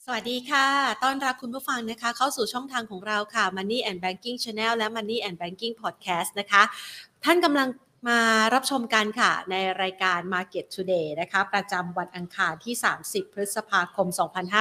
สวัสดีค่ะต้อนรับคุณผู้ฟังนะคะเข้าสู่ช่องทางของเราค่ะ Money and Banking Channel และ Money and Banking Podcast นะคะท่านกำลังมารับชมกันค่ะในรายการ Market Today นะคะประจำวันอังคารที่30พฤษภาคม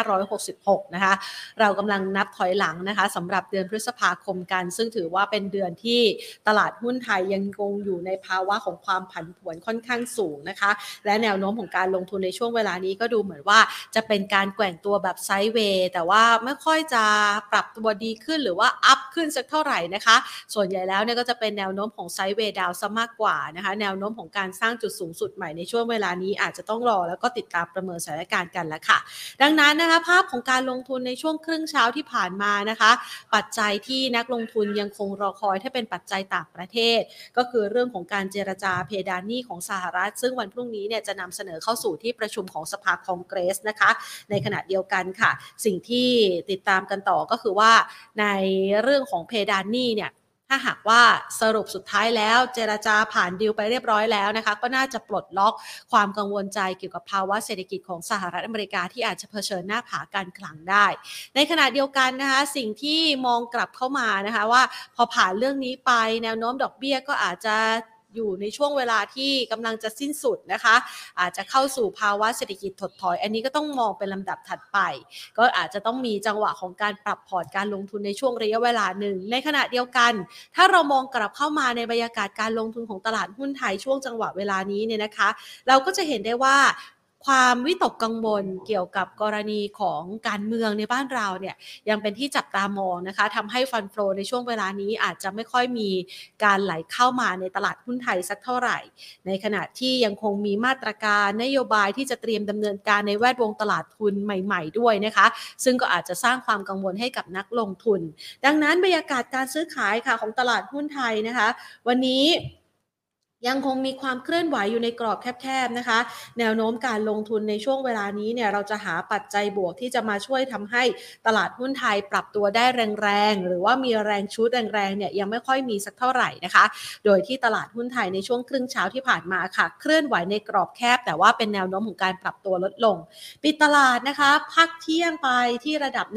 2566นะคะเรากำลังนับถอยหลังนะคะสำหรับเดือนพฤษภาคมกันซึ่งถือว่าเป็นเดือนที่ตลาดหุ้นไทยยังคงอยู่ในภาวะของความผันผวนค่อนข้างสูงนะคะและแนวโน้มของการลงทุนในช่วงเวลานี้ก็ดูเหมือนว่าจะเป็นการแกว่งตัวแบบไซด์เวย์แต่ว่าไม่ค่อยจะปรับตัวดีขึ้นหรือว่าอัพขึ้นสักเท่าไหร่นะคะส่วนใหญ่แล้วเนี่ยก็จะเป็นแนวโน้มของไซด์เวย์ดาวซะมากกว่านะคะแนวโน้มของการสร้างจุดสูงสุดใหม่ในช่วงเวลานี้อาจจะต้องรอแล้วก็ติดตามประเมินสถานการณ์กันแล้วค่ะดังนั้นนะคะภาพของการลงทุนในช่วงครึ่งเช้าที่ผ่านมานะคะปัจจัยที่นักลงทุนยังคงรอคอยถ้าเป็นปัจจัยต่างประเทศก็คือเรื่องของการเจรจาเพดานหนี้ของสหรัฐซึ่งวันพรุ่งนี้เนี่ยจะนำเสนอเข้าสู่ที่ประชุมของสภาคองเกรสนะคะในขณะเดียวกันค่ะสิ่งที่ติดตามกันต่อก็คือว่าในเรื่องของเพดานหนี้เนี่ยถ้าหากว่าสรุปสุดท้ายแล้วเจรจาผ่านดีลไปเรียบร้อยแล้วนะคะก็น่าจะปลดล็อกความกังวลใจเกี่ยวกับภาวะเศรษฐกิจของสหรัฐอเมริกาที่อาจจะเผชิญหน้าผาการคลังได้ในขณะเดียวกันนะคะสิ่งที่มองกลับเข้ามานะคะว่าพอผ่านเรื่องนี้ไปแนวโน้มดอกเบี้ยก็อาจจะอยู่ในช่วงเวลาที่กำลังจะสิ้นสุดนะคะอาจจะเข้าสู่ภาวะเศรษฐกิจถดถอยอันนี้ก็ต้องมองเป็นลำดับถัดไปก็อาจจะต้องมีจังหวะของการปรับพอร์ตการลงทุนในช่วงระยะเวลาหนึ่งในขณะเดียวกันถ้าเรามองกลับเข้ามาในบรรยากาศการลงทุนของตลาดหุ้นไทยช่วงจังหวะเวลานี้เนี่ยนะคะเราก็จะเห็นได้ว่าความวิตกกังวลเกี่ยวกับกรณีของการเมืองในบ้านเราเนี่ยยังเป็นที่จับตามองนะคะทำให้ฟันโฟลในช่วงเวลานี้อาจจะไม่ค่อยมีการไหลเข้ามาในตลาดหุ้นไทยสักเท่าไหร่ในขณะที่ยังคงมีมาตรการนโยบายที่จะเตรียมดำเนินการในแวดวงตลาดทุนใหม่ๆด้วยนะคะซึ่งก็อาจจะสร้างความกังวลให้กับนักลงทุนดังนั้นบรรยากาศการซื้อขายค่ะของตลาดหุ้นไทยนะคะวันนี้ยังคงมีความเคลื่อนไหวอยู่ในกรอบแคบๆนะคะแนวโน้มการลงทุนในช่วงเวลานี้เนี่ยเราจะหาปัจจัยบวกที่จะมาช่วยทำให้ตลาดหุ้นไทยปรับตัวได้แรงๆหรือว่ามีแรงชูดแรงๆเนี่ยยังไม่ค่อยมีสักเท่าไหร่นะคะโดยที่ตลาดหุ้นไทยในช่วงครึ่งเช้าที่ผ่านมาค่ะเคลื่อนไหวในกรอบแคบแต่ว่าเป็นแนวโน้มของการปรับตัวลดลงปิดตลาดนะคะพักเที่ยงไปที่ระดับ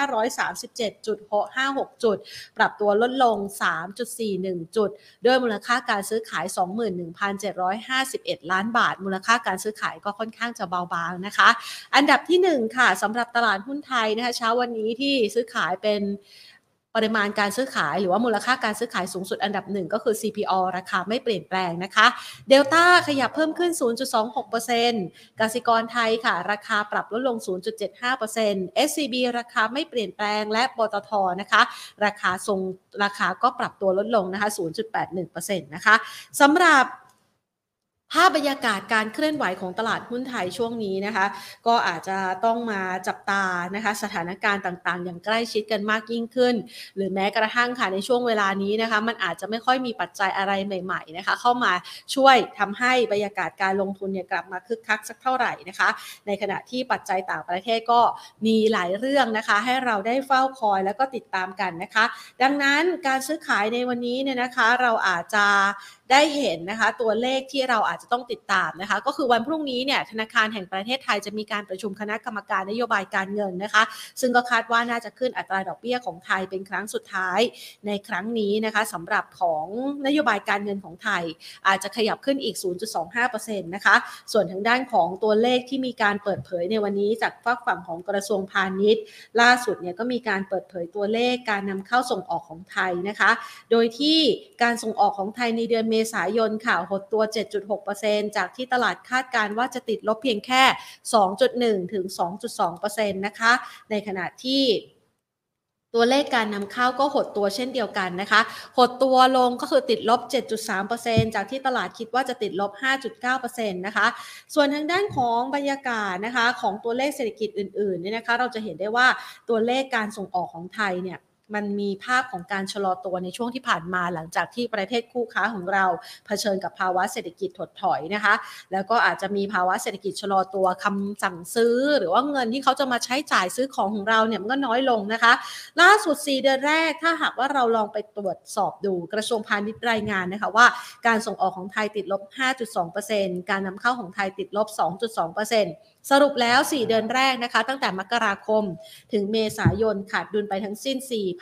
1,537.56 จุดปรับตัวลดลง 3.41 จุดด้วยมูลค่าการซื้อขาย 21,751 ล้านบาทมูลค่าการซื้อขายก็ค่อนข้างจะเบาบางนะคะอันดับที่1ค่ะสำหรับตลาดหุ้นไทยนะคะเช้าวันนี้ที่ซื้อขายเป็นปริมาณการซื้อขายหรือว่ามูลค่าการซื้อขายสูงสุดอันดับ1ก็คือ CPO ราคาไม่เปลี่ยนแปลงนะคะเดลต้าขยับเพิ่มขึ้น 0.26% กสิกรไทยค่ะราคาปรับลดลง 0.75% SCB ราคาไม่เปลี่ยนแปลงและปตทนะคะราคาก็ปรับตัวลดลงนะคะ 0.81% นะคะสำหรับภาพบรรยากาศการเคลื่อนไหวของตลาดหุ้นไทยช่วงนี้นะคะก็อาจจะต้องมาจับตานะคะสถานการณ์ต่างๆอย่างใกล้ชิดกันมากยิ่งขึ้นหรือแม้กระทั่งค่ะในช่วงเวลานี้นะคะมันอาจจะไม่ค่อยมีปัจจัยอะไรใหม่ๆนะคะเข้ามาช่วยทำให้บรรยากาศการลงทุนเนี่ยกลับมาคึกคักสักเท่าไหร่นะคะในขณะที่ปัจจัยต่างประเทศก็มีหลายเรื่องนะคะให้เราได้เฝ้าคอยแล้วก็ติดตามกันนะคะดังนั้นการซื้อขายในวันนี้เนี่ยนะคะเราอาจจะได้เห็นนะคะตัวเลขที่เราอาจจะต้องติดตามนะคะก็คือวันพรุ่งนี้เนี่ยธนาคารแห่งประเทศไทยจะมีการประชุมคณะกรรมการนโยบายการเงินนะคะซึ่งก็คาดว่าน่าจะขึ้นอัตราดอกเบี้ยของไทยเป็นครั้งสุดท้ายในครั้งนี้นะคะสำหรับของนโยบายการเงินของไทยอาจจะขยับขึ้นอีก 0.25% นะคะส่วนทางด้านของตัวเลขที่มีการเปิดเผยในวันนี้จากฝั่งของกระทรวงพาณิชย์ล่าสุดเนี่ยก็มีการเปิดเผยตัวเลขการนำเข้าส่งออกของไทยนะคะโดยที่การส่งออกของไทยในเดือนเมษายนค่ะหดตัว 7.6% จากที่ตลาดคาดการณ์ว่าจะติดลบเพียงแค่ 2.1 ถึง 2.2% นะคะในขณะที่ตัวเลขการนำเข้าก็หดตัวเช่นเดียวกันนะคะหดตัวลงก็คือติดลบ 7.3% จากที่ตลาดคิดว่าจะติดลบ 5.9% นะคะส่วนทางด้านของบรรยากาศนะคะของตัวเลขเศรษฐกิจอื่นๆเนี่ยนะคะเราจะเห็นได้ว่าตัวเลขการส่งออกของไทยเนี่ยมันมีภาพของการชะลอตัวในช่วงที่ผ่านมาหลังจากที่ประเทศคู่ค้าของเราเผชิญกับภาวะเศรษฐกิจถดถอยนะคะแล้วก็อาจจะมีภาวะเศรษฐกิจชะลอตัวคำสั่งซื้อหรือว่าเงินที่เขาจะมาใช้จ่ายซื้อของของเราเนี่ยมันก็น้อยลงนะคะล่าสุด4เดือนแรกถ้าหากว่าเราลองไปตรวจสอบดูกระทรวงพาณิชย์รายงานนะคะว่าการส่งออกของไทยติดลบ 5.2% การนำเข้าของไทยติดลบ 2.2% สรุปแล้ว4เดือนแรกนะคะตั้งแต่มกราคมถึงเมษายนขาดดุลไปทั้งสิ้น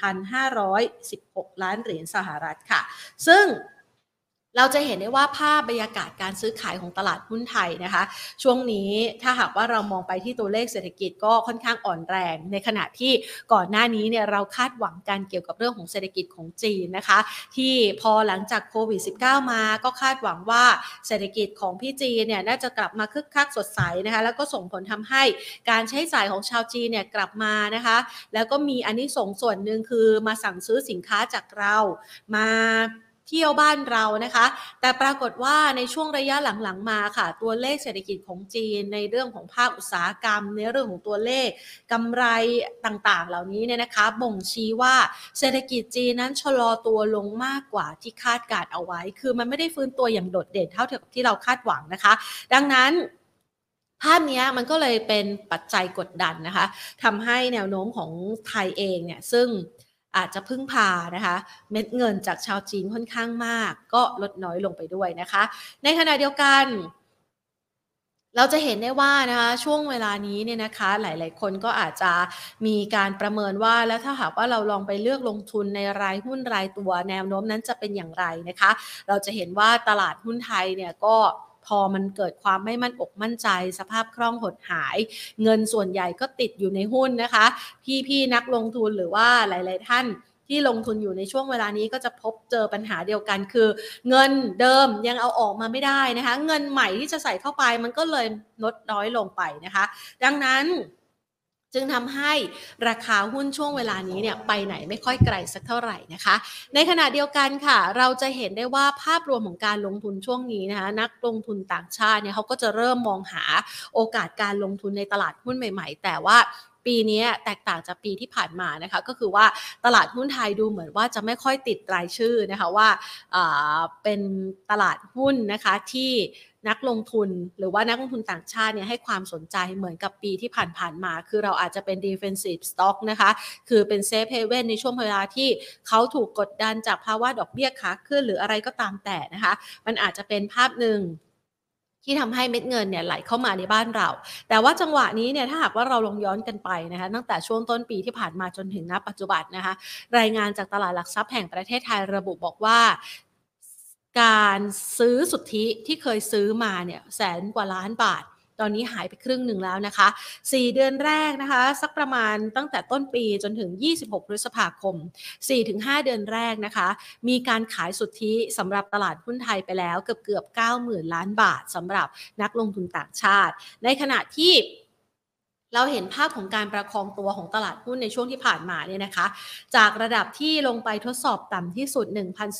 4,516 ล้านเหรียญสหรัฐค่ะซึ่งเราจะเห็นได้ว่าภาพบรรยากาศการซื้อขายของตลาดหุ้นไทยนะคะช่วงนี้ถ้าหากว่าเรามองไปที่ตัวเลขเศรษฐกิจก็ค่อนข้างอ่อนแรงในขณะที่ก่อนหน้านี้เนี่ยเราคาดหวังกันเกี่ยวกับเรื่องของเศรษฐกิจของจีนนะคะที่พอหลังจากโควิด -19 มาก็คาดหวังว่าเศรษฐกิจของพี่จีนเนี่ยน่าจะกลับมาคึกคักสดใสนะคะแล้วก็ส่งผลทำให้การใช้จ่ายของชาวจีนเนี่ยกลับมานะคะแล้วก็มีอานิสงส์ส่วนหนึ่งคือมาสั่งซื้อสินค้าจากเรามาเที่ยวบ้านเรานะคะแต่ปรากฏว่าในช่วงระยะหลังๆมาค่ะตัวเลขเศรษฐกิจของจีนในเรื่องของภาคอุตสาหกรรมในเรื่องของตัวเลขกำไรต่างๆเหล่านี้เนี่ยนะคะบ่งชี้ว่าเศรษฐกิจจีนนั้นชะลอตัวลงมากกว่าที่คาดการเอาไว้คือมันไม่ได้ฟื้นตัวอย่างโดดเด่นเท่าที่เราคาดหวังนะคะดังนั้นภาพนี้มันก็เลยเป็นปัจจัยกดดันนะคะทำให้แนวโน้มของไทยเองเนี่ยซึ่งอาจจะพึ่งพานะคะเม็ดเงินจากชาวจีนค่อนข้างมากก็ลดน้อยลงไปด้วยนะคะในขณะเดียวกันเราจะเห็นได้ว่านะคะช่วงเวลานี้เนี่ยนะคะหลายๆคนก็อาจจะมีการประเมินว่าแล้วถ้าหากว่าเราลองไปเลือกลงทุนในรายหุ้นรายตัวแนวโน้มนั้นจะเป็นอย่างไรนะคะเราจะเห็นว่าตลาดหุ้นไทยเนี่ยก็พอมันเกิดความไม่มั่นอกมั่นใจสภาพคล่องหดหายเงินส่วนใหญ่ก็ติดอยู่ในหุ้นนะคะพี่ๆนักลงทุนหรือว่าหลายๆท่านที่ลงทุนอยู่ในช่วงเวลานี้ก็จะพบเจอปัญหาเดียวกันคือเงินเดิมยังเอาออกมาไม่ได้นะคะเงินใหม่ที่จะใส่เข้าไปมันก็เลยลดน้อยลงไปนะคะดังนั้นจึงทำให้ราคาหุ้นช่วงเวลานี้เนี่ยไปไหนไม่ค่อยไกลสักเท่าไหร่นะคะในขณะเดียวกันค่ะเราจะเห็นได้ว่าภาพรวมของการลงทุนช่วงนี้นะคะนักลงทุนต่างชาติเนี่ยเขาก็จะเริ่มมองหาโอกาสการลงทุนในตลาดหุ้นใหม่ๆแต่ว่าปีนี้แตกต่างจากปีที่ผ่านมานะคะก็คือว่าตลาดหุ้นไทยดูเหมือนว่าจะไม่ค่อยติดรายชื่อนะคะว่าเป็นตลาดหุ้นนะคะที่นักลงทุนหรือว่านักลงทุนต่างชาติเนี่ยให้ความสนใจเหมือนกับปีที่ผ่านๆมาคือเราอาจจะเป็น defensive stock นะคะคือเป็น safe haven ในช่วงเวลาที่เขาถูกกดดันจากภาวะดอกเบี้ยขาขึ้นหรืออะไรก็ตามแต่นะคะมันอาจจะเป็นภาพหนึ่งที่ทำให้เม็ดเงินเนี่ยไหลเข้ามาในบ้านเราแต่ว่าจังหวะนี้เนี่ยถ้าหากว่าเราลองย้อนกันไปนะคะตั้งแต่ช่วงต้นปีที่ผ่านมาจนถึงณปัจจุบันนะคะรายงานจากตลาดหลักทรัพย์แห่งประเทศไทยระบุบอกว่าการซื้อสุทธิที่เคยซื้อมาเนี่ยแสนกว่าล้านบาทตอนนี้หายไปครึ่งหนึ่งแล้วนะคะ4เดือนแรกนะคะสักประมาณตั้งแต่ต้นปีจนถึง26พฤษภาคม 4-5 เดือนแรกนะคะมีการขายสุทธิสำหรับตลาดหุ้นไทยไปแล้วเกือบ 90,000 ล้านบาทสำหรับนักลงทุนต่างชาติในขณะที่เราเห็นภาพของการประคองตัวของตลาดหุ้นในช่วงที่ผ่านมาเนี่ยนะคะจากระดับที่ลงไปทดสอบต่ำที่สุด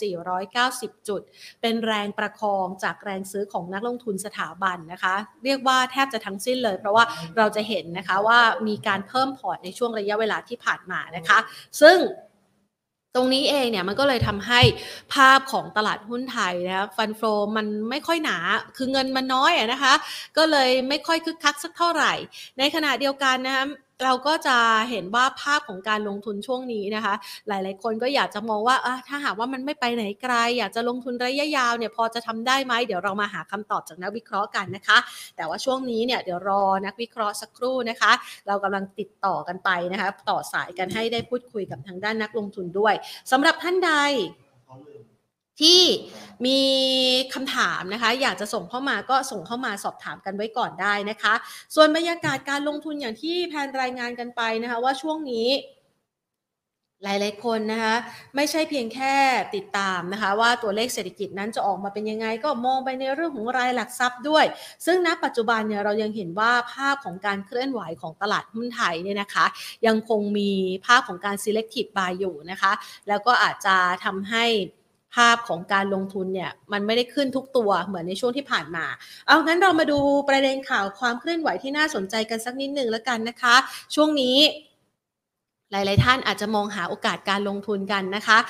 1,490 จุดเป็นแรงประคองจากแรงซื้อของนักลงทุนสถาบันนะคะเรียกว่าแทบจะทั้งสิ้นเลยเพราะว่าเราจะเห็นนะคะว่ามีการเพิ่มพอร์ตในช่วงระยะเวลาที่ผ่านมานะคะซึ่งตรงนี้เองเนี่ยมันก็เลยทำให้ภาพของตลาดหุ้นไทยนะคะฟันโฟมันไม่ค่อยหนาคือเงินมันน้อยนะคะก็เลยไม่ค่อยคึกคักสักเท่าไหร่ในขณะเดียวกันนะคะเราก็จะเห็นว่าภาพของการลงทุนช่วงนี้นะคะหลายๆคนก็อยากจะมองว่าถ้าหากว่ามันไม่ไปไหนไกลอยากจะลงทุนระยะยาวเนี่ยพอจะทำได้ไหมเดี๋ยวเรามาหาคำตอบจากนักวิเคราะห์กันนะคะแต่ว่าช่วงนี้เนี่ยเดี๋ยวรอนักวิเคราะห์สักครู่นะคะเรากำลังติดต่อกันไปนะคะต่อสายกันให้ได้พูดคุยกับทางด้านนักลงทุนด้วยสำหรับท่านใดที่มีคำถามนะคะอยากจะส่งเข้ามาก็ส่งเข้ามาสอบถามกันไว้ก่อนได้นะคะส่วนบรรยากาศการลงทุนอย่างที่แพนรายงานกันไปนะคะว่าช่วงนี้หลายๆคนนะคะไม่ใช่เพียงแค่ติดตามนะคะว่าตัวเลขเศรษฐกิจนั้นจะออกมาเป็นยังไงก็มองไปในเรื่องของรายหลักทรัพย์ด้วยซึ่งณปัจจุบันเนี่ยเรายังเห็นว่าภาพของการเคลื่อนไหวของตลาดหุ้นไทยเนี่ยนะคะยังคงมีภาพของการ selective buy อยู่นะคะแล้วก็อาจจะทำให้ภาพของการลงทุนเนี่ยมันไม่ได้ขึ้นทุกตัวเหมือนในช่วงที่ผ่านมาเอางั้นเรามาดูประเด็นข่าวความเคลื่อนไหวที่น่าสนใจกันสักนิดหนึ่งแล้วกันนะคะช่วงนี้หลายๆท่านอาจจะมองหาโอกาสการลงทุนกันนะคะ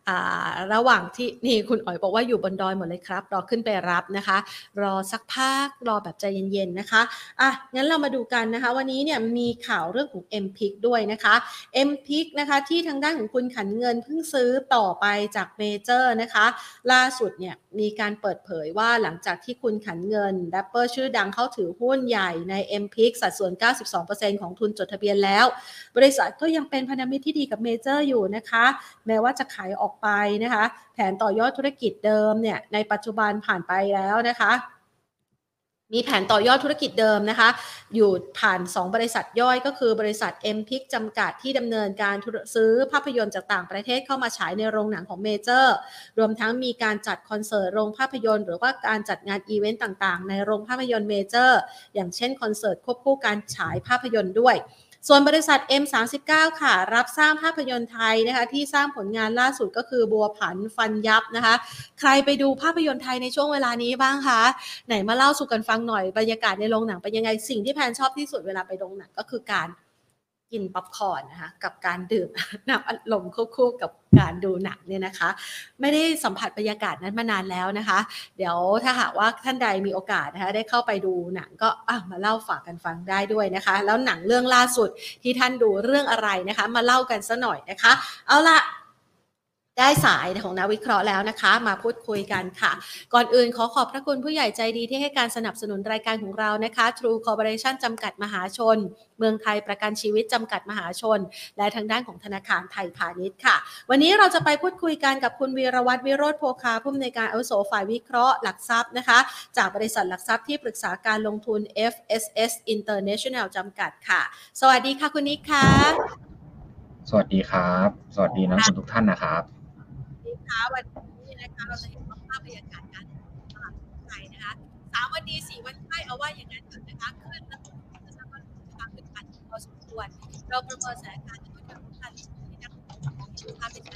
ระหว่างที่นี่คุณอ๋อยบอกว่าอยู่บนดอยหมดเลยครับรอขึ้นไปรับนะคะรอสักพักรอแบบใจเย็นๆนะคะงั้นเรามาดูกันนะคะวันนี้เนี่ยมีข่าวเรื่องของ MPIC ด้วยนะคะ MPIC นะคะที่ทางด้านของคุณขันเงินเพิ่งซื้อต่อไปจากเมเจอร์นะคะล่าสุดเนี่ยมีการเปิดเผยว่าหลังจากที่คุณขันเงินแรปเปอร์ชื่อดังเข้าถือหุ้นใหญ่ใน MPIC สัดส่วน 92% ของทุนจดทะเบียนแล้วบริษัทก็ยังเป็นพันธมิตรที่ดีกับเมเจอร์อยู่นะคะแม้ว่าจะขายออกไปนะคะแผนต่อยอดธุรกิจเดิมเนี่ยในปัจจุบันผ่านไปแล้วนะคะมีแผนต่อยอดธุรกิจเดิมนะคะอยู่ผ่าน2บริษัทย่อยก็คือบริษัท MPIC จำกัดที่ดำเนินการซื้อภาพยนตร์จากต่างประเทศเข้ามาฉายในโรงหนังของเมเจอร์รวมทั้งมีการจัดคอนเสิร์ตโรงภาพยนตร์หรือว่าการจัดงานอีเวนต์ต่างๆในโรงภาพยนตร์เมเจอร์อย่างเช่นคอนเสิร์ตควบคู่การฉายภาพยนตร์ด้วยส่วนบริษัท M39 ค่ะรับสร้างภาพยนตร์ไทยนะคะที่สร้างผลงานล่าสุดก็คือบัวผันฟันยับนะคะใครไปดูภาพยนตร์ไทยในช่วงเวลานี้บ้างคะไหนมาเล่าสู่กันฟังหน่อยบรรยากาศในโรงหนังเป็นยังไงสิ่งที่แพนชอบที่สุดเวลาไปโรงหนังก็คือการกินป๊อปคอร์นนะคะกับการดื่มน้ำอัดลมควบคู่กับการดูหนังเนี่ยนะคะไม่ได้สัมผัสบรรยากาศนั้นมานานแล้วนะคะเดี๋ยวถ้าหากว่าท่านใดมีโอกาสนะคะได้เข้าไปดูหนังก็มาเล่าฝากกันฟังได้ด้วยนะคะแล้วหนังเรื่องล่าสุดที่ท่านดูเรื่องอะไรนะคะมาเล่ากันซะหน่อยนะคะเอาละได้สายของนักวิเคราะห์แล้วนะคะมาพูดคุยกันค่ะก่อนอื่นขอขอบพระคุณผู้ใหญ่ใจดีที่ให้การสนับสนุนรายการของเรานะคะ True Corporation จำกัดมหาชนเมืองไทยประกันชีวิตจำกัดมหาชนและทางด้านของธนาคารไทยพาณิชย์ค่ะวันนี้เราจะไปพูดคุยกันกับคุณวีรวัฒน์วิโรจน์โภคาผู้อำนวยการอาวุโสฝ่ายวิเคราะห์หลักทรัพย์นะคะจากบริษัทหลักทรัพย์ที่ปรึกษาการลงทุน FSS International จำกัดค่ะสวัสดีค่ะคุณนิกค่ะสวัสดีครับสวัสดีนักลงทุนทุกท่านนะครับวันนี้นะคะเราจะเห็นภาพบรรยากาศการตลาดไทยนะคะ3 วันดี4 วันไข้เอาว่าอย่างนั้นเถอะนะคะขึ้นแล้วก็จะว่าทางขึ้นกันพอสมควรเราประเมินสถานการณ์ที่ทุกท่านที่นักลงทุนมองเห็นภาพเป็นชัด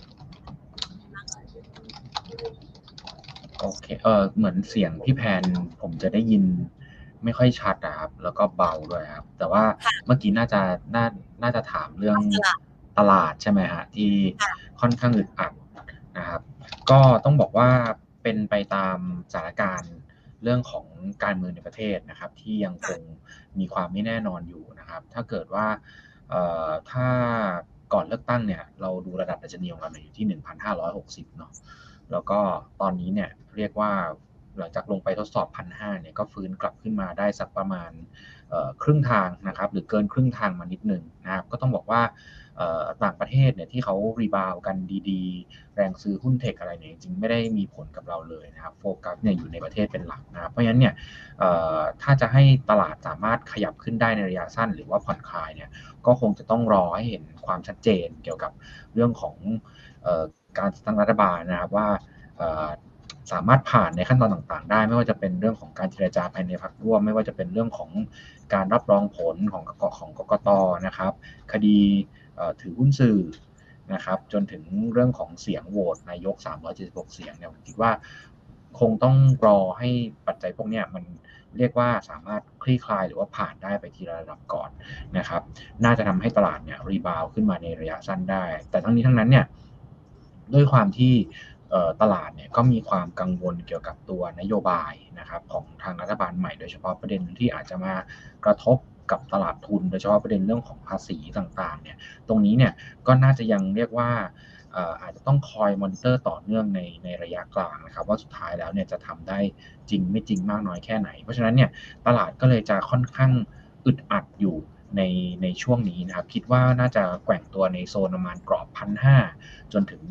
โอเคเหมือนเสียงพี่แพนผมจะได้ยินไม่ค่อยชัดนะครับแล้วก็เบาด้วยครับแต่ว่าเมื่อกี้น่าจะถามเรื่องตลาดใช่ไหมฮะที่ค่อนข้างอึดอัดนะครับก็ต้องบอกว่าเป็นไปตามสถานการณ์เรื่องของการเมืองในประเทศนะครับที่ยังคงมีความไม่แน่นอนอยู่นะครับถ้าเกิดว่าถ้าก่อนเลือกตั้งเนี่ยเราดูระดับดัชนีของเราอยู่ที่ 1,560 เนาะแล้วก็ตอนนี้เนี่ยเรียกว่าหลังจากลงไปทดสอบ 1,500 เนี่ยก็ฟื้นกลับขึ้นมาได้สักประมาณครึ่งทางนะครับหรือเกินครึ่งทางมานิดนึงนะครับก็ต้องบอกว่าต่างประเทศเนี่ยที่เขารีบาวกันดีๆแรงซื้อหุ้นเทคอะไรเนี่ยจริงๆไม่ได้มีผลกับเราเลยนะครับโฟกัสเนี่ยอยู่ในประเทศเป็นหลักนะครับเพราะฉะนั้นเนี่ยถ้าจะให้ตลาดสามารถขยับขึ้นได้ในระยะสั้นหรือว่าผ่อนคลายเนี่ยก็คงจะต้องรอให้เห็นความชัดเจนเกี่ยวกับเรื่องของการตั้งรัฐบาลนะครับว่าสามารถผ่านในขั้นตอนต่างๆได้ไม่ว่าจะเป็นเรื่องของการเจรจาภายในพรรคร่วมไม่ว่าจะเป็นเรื่องของการรับรองผลของกกต.นะครับคดีถือหุ้นสื่อนะครับจนถึงเรื่องของเสียงโหวตนายก376เสียงเนี่ยผมคิดว่าคงต้องรอให้ปัจจัยพวกนี้มันเรียกว่าสามารถคลี่คลายหรือว่าผ่านได้ไปทีละระดับก่อนนะครับน่าจะทำให้ตลาดเนี่ยรีบาวขึ้นมาในระยะสั้นได้แต่ทั้งนี้ทั้งนั้นเนี่ยด้วยความที่ตลาดเนี่ยก็มีความกังวลเกี่ยวกับตัวนโยบายนะครับของทางรัฐบาลใหม่โดยเฉพาะประเด็นที่อาจจะมากระทบกับตลาดทุนโดยเฉพาะประเด็นเรื่องของภาษีต่างๆเนี่ยตรงนี้เนี่ยก็น่าจะยังเรียกว่าอาจจะต้องคอยมอนิเตอร์ต่อเนื่องในระยะกลางนะครับว่าสุดท้ายแล้วเนี่ยจะทำได้จริงไม่จริงมากน้อยแค่ไหนเพราะฉะนั้นเนี่ยตลาดก็เลยจะค่อนข้างอึดอัดอยู่ในช่วงนี้นะครับคิดว่าน่าจะแกว่งตัวในโซนประมาณกรอบ 1,500 จนถึง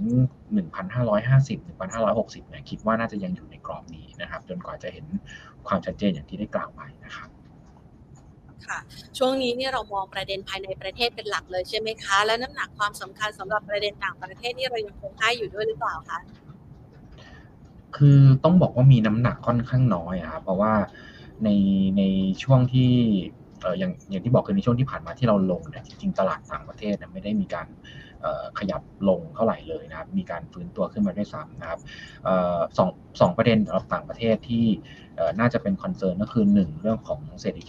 1,550 1,560 เนี่ยคิดว่าน่าจะยังอยู่ในกรอบนี้นะครับจนกว่าจะเห็นความชัดเจนอย่างที่ได้กล่าวไปนะครับค่ะช่วงนี้เนี่ยเรามองประเด็นภายในประเทศเป็นหลักเลยใช่ไหมคะแล้วน้ำหนักความสำคัญสำหรับประเด็นต่างประเทศนี่เรายังคงให้อยู่ด้วยหรือเปล่าคะคือต้องบอกว่ามีน้ำหนักค่อนข้างน้อยครับเพราะว่าในช่วงที่อย่างที่บอกคือในช่วงที่ผ่านมาที่เราลงเนี่ยจริงๆตลาดต่างประเทศเนี่ยไม่ได้มีการขยับลงเท่าไหร่เลยนะครับมีการฟื้นตัวขึ้นมาด้วยซ้ำนะครับสองประเด็นสำหรับต่างประเทศที่น่าจะเป็นคอนเซิร์นก็คือ1เรื่องของเศรษฐกิจ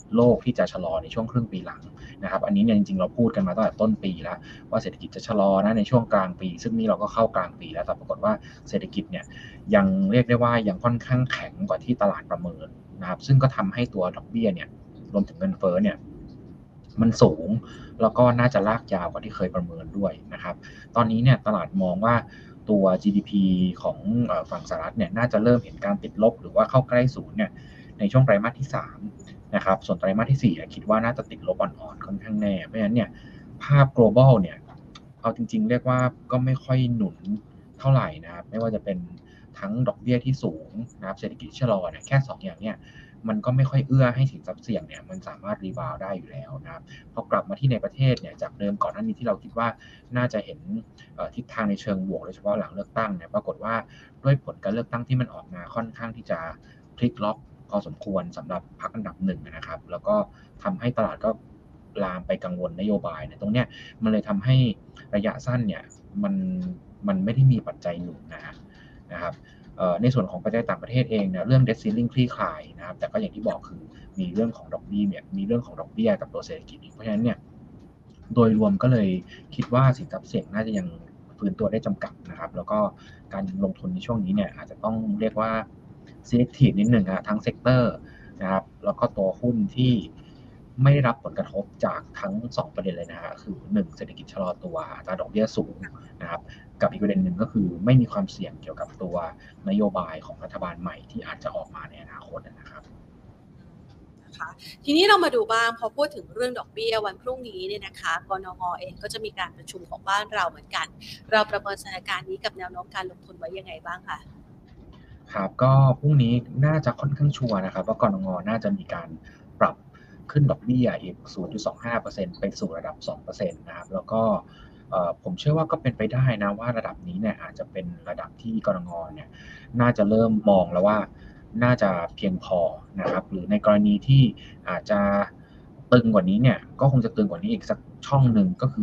โลกที่จะชะลอในช่วงครึ่งปีหลังนะครับอันนี้เนี่ยจริงๆเราพูดกันมาตั้งแต่ต้นปีแล้วว่าเศรษฐกิจจะชะลอนะในช่วงกลางปีซึ่งนี่เราก็เข้ากลางปีแล้วแต่ปรากฏว่าเศรษฐกิจเนี่ยยังเรียกได้ว่ายังค่อนข้างแข็งกว่าที่ตลาดประเมินนะครับซึ่งก็ทำให้ตัวดอกเบี้ยเนี่ยรวมถึงเงินเฟ้อเนี่ยมันสูงแล้วก็น่าจะลากยาวกว่าที่เคยประเมินด้วยนะครับตอนนี้เนี่ยตลาดมองว่าตัว GDP ของฝั่งสหรัฐเนี่ยน่าจะเริ่มเห็นการติดลบหรือว่าเข้าใกล้ศูนย์เนี่ยในช่วงไตรมาสที่3นะครับส่วนไตรมาสที่4คิดว่าน่าจะติดลบอ่อนๆค่อนข้างแน่เพราะฉะนั้นเนี่ยภาพ global เนี่ยเอาจริงๆเรียกว่าก็ไม่ค่อยหนุนเท่าไหร่นะครับไม่ว่าจะเป็นทั้งดอกเบี้ยที่สูงนะครับเศรษฐกิจชะลอเนี่ยแค่2อย่างเนี่ยมันก็ไม่ค่อยเอื้อให้สินทรัพย์เสี่ยงเนี่ยมันสามารถรีบาวได้อยู่แล้วนะครับพอกลับมาที่ในประเทศเนี่ยจากเดิมก่อนหน้านี้ที่เราคิดว่าน่าจะเห็นทิศทางในเชิงบวกโดยเฉพาะหลังเลือกตั้งเนี่ยปรากฏว่าด้วยผลการเลือกตั้งที่มันออกมาค่อนข้างที่จะพลิกล็อกพอสมควรสำหรับพรรคอันดับหนึ่งนะครับแล้วก็ทำให้ตลาดก็ลามไปกังวลนโยบายเนี่ยตรงเนี้ยมันเลยทำให้ระยะสั้นเนี่ยมันไม่ได้มีปัจจัยหนุนนะครับในส่วนของปัจจัยต่างประเทศเองเนี่ยเรื่อง debt ceiling คลี่คลายนะครับแต่ก็อย่างที่บอกคือมีเรื่องของดอกเบี้ยเนี่ยมีเรื่องของดอกเบี้ยกับตัวเศรษฐกิจอีกเพราะฉะนั้นเนี่ยโดยรวมก็เลยคิดว่าสินทรัพย์เสี่ยงน่าจะยังฟื้นตัวได้จำกัดนะครับแล้วก็การลงทุนในช่วงนี้เนี่ยอาจจะต้องเรียกว่า selective นิดหนึ่งทั้งเซกเตอร์นะครับแล้วก็ตัวหุ้นที่ไม่ได้รับผลกระทบจากทั้ง2ประเด็นเลยนะฮะคือ1เศรษฐกิจชะลอตัวอัตราดอกเบี้ยสูงนะครับกับอีกประเด็นหนึ่งก็คือไม่มีความเสี่ยงเกี่ยวกับตัวนโยบายของรัฐบาลใหม่ที่อาจจะออกมาในอนาคตนะครับนะคะทีนี้เรามาดูบ้างพอพูดถึงเรื่องดอกเบี้ยวันพรุ่งนี้เนี่ยนะคะกนง.เองก็จะมีการประชุมของบ้านเราเหมือนกันเราประเมินสถานการณ์นี้กับแนวโน้มการลงทุนไว้ยังไงบ้างคะครับก็พรุ่งนี้น่าจะค่อนข้างชัวร์นะครับว่ากนง.น่าจะมีการปรับขึ้นดอกเบี้ยอีก 0.25% ไปสู่ระดับ 2% นะครับแล้วก็ผมเชื่อว่าก็เป็นไปได้นะว่าระดับนี้เนี่ยอาจจะเป็นระดับที่กนง.เนี่ยน่าจะเริ่มมองแล้วว่าน่าจะเพียงพอนะครับหรือในกรณีที่อาจจะตึงกว่านี้เนี่ยก็คงจะตึงกว่านี้อีกสักช่องหนึ่งก็คือ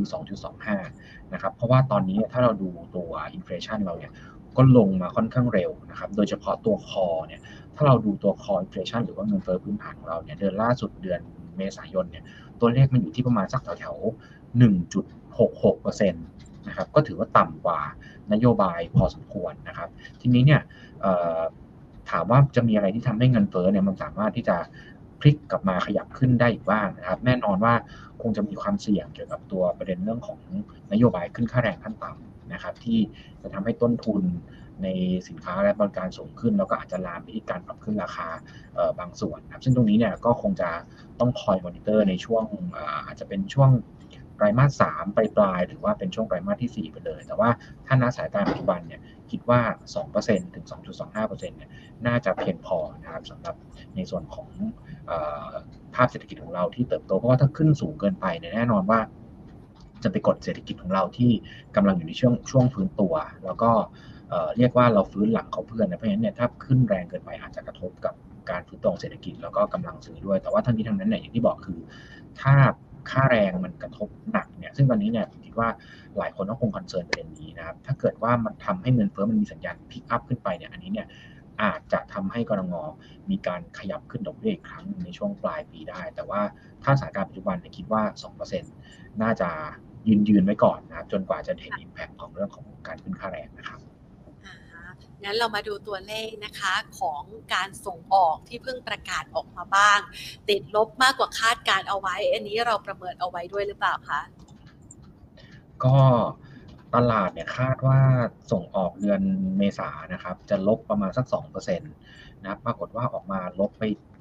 2.25 นะครับเพราะว่าตอนนี้ถ้าเราดูตัวอินเฟลชันเราเนี่ยก็ลงมาค่อนข้างเร็วนะครับโดยเฉพาะตัวคอเนี่ยถ้าเราดูตัวคออินเฟลชันหรือว่าเงินเฟ้อพื้นฐานของเราเนี่ยเดือนล่าสุดเดือนเมษายนเนี่ยตัวเลขมันอยู่ที่ประมาณสักแถวๆ 1.66% นะครับก็ถือว่าต่ำกว่านโยบายพอสมควรนะครับทีนี้เนี่ยถามว่าจะมีอะไรที่ทำให้เงินเฟ้อเนี่ยมันสามารถที่จะพลิกกลับมาขยับขึ้นได้อีกบ้างนะครับแน่นอนว่าคงจะมีความเสี่ยงเกี่ยวกับตัวประเด็นเรื่องของนโยบายขึ้นค่าแรงขั้นต่ำนะครับที่จะทำให้ต้นทุนในสินค้าและบริการสูงขึ้นแล้วก็อาจจะลามไปที่การปรับขึ้นราคาบางส่วนนะครับซึ่งตรงนี้เนี่ยก็คงจะต้องคอยมอนิเตอร์ในช่วงอาจจะเป็นช่วงไตรมาส3ปลายๆหรือว่าเป็นช่วงไตรมาสที่4ไปเลยแต่ว่าถ้าณสายตาปัจจุบันเนี่ยคิดว่า 2% ถึง 2.25% เนี่ยน่าจะเพียงพอนะครับสำหรับในส่วนของภาพเศรษฐกิจของเราที่เติบโตเพราะว่าถ้าขึ้นสูงเกินไปเนี่ยแน่นอนว่าจะไปกดเศรษฐกิจของเราที่กำลังอยู่ในช่วงฟื้นตัวแล้วก็เรียกว่าเราฟื้นหลังเขาเพื่อนนะเพราะฉะนั้นเนี่ยถ้าขึ้นแรงเกินไปอาจจะกระทบกับการฟื้นตัวของเศรษฐกิจแล้วก็กำลังซื้อด้วยแต่ว่าทั้งนี้ทั้งนั้นเนี่ยอย่างที่บอกคือถ้าค่าแรงมันกระทบหนักเนี่ยซึ่งตอนนี้เนี่ยผมคิดว่าหลายคนก็คงคอนเซิร์นประเด็นนี้นะครับถ้าเกิดว่ามันทำให้เงินเฟ้อมันมีสัญญาณพิกอัพขึ้นไปเนี่ยอันนี้เนี่ยอาจจะทำให้กรงง.มีการขยับขึ้นดอกเบี้ยอีกครั้งในช่วงปลายปีได้แต่ว่าถ้าสถานการณ์ปัจจุบันเนี่ยคิดว่า 2% น่าจะยืนไว้ก่อนนะครับจนกว่าจะเห็น impact ของเรื่องของการขึ้นค่าแรงนะครับงั้นเรามาดูตัวเลขนะคะของการส่งออกที่เพิ่งประกาศออกมาบ้างติดลบมากกว่าคาดการเอาไว้อันนี้เราประเมินเอาไว้ด้วยหรือเปล่าคะก็ตลาดเนี่ยคาดว่าส่งออกเดือนเมษายนนะครับจะลบประมาณสัก 2% นะครับปรากฏว่าออกมาลบไป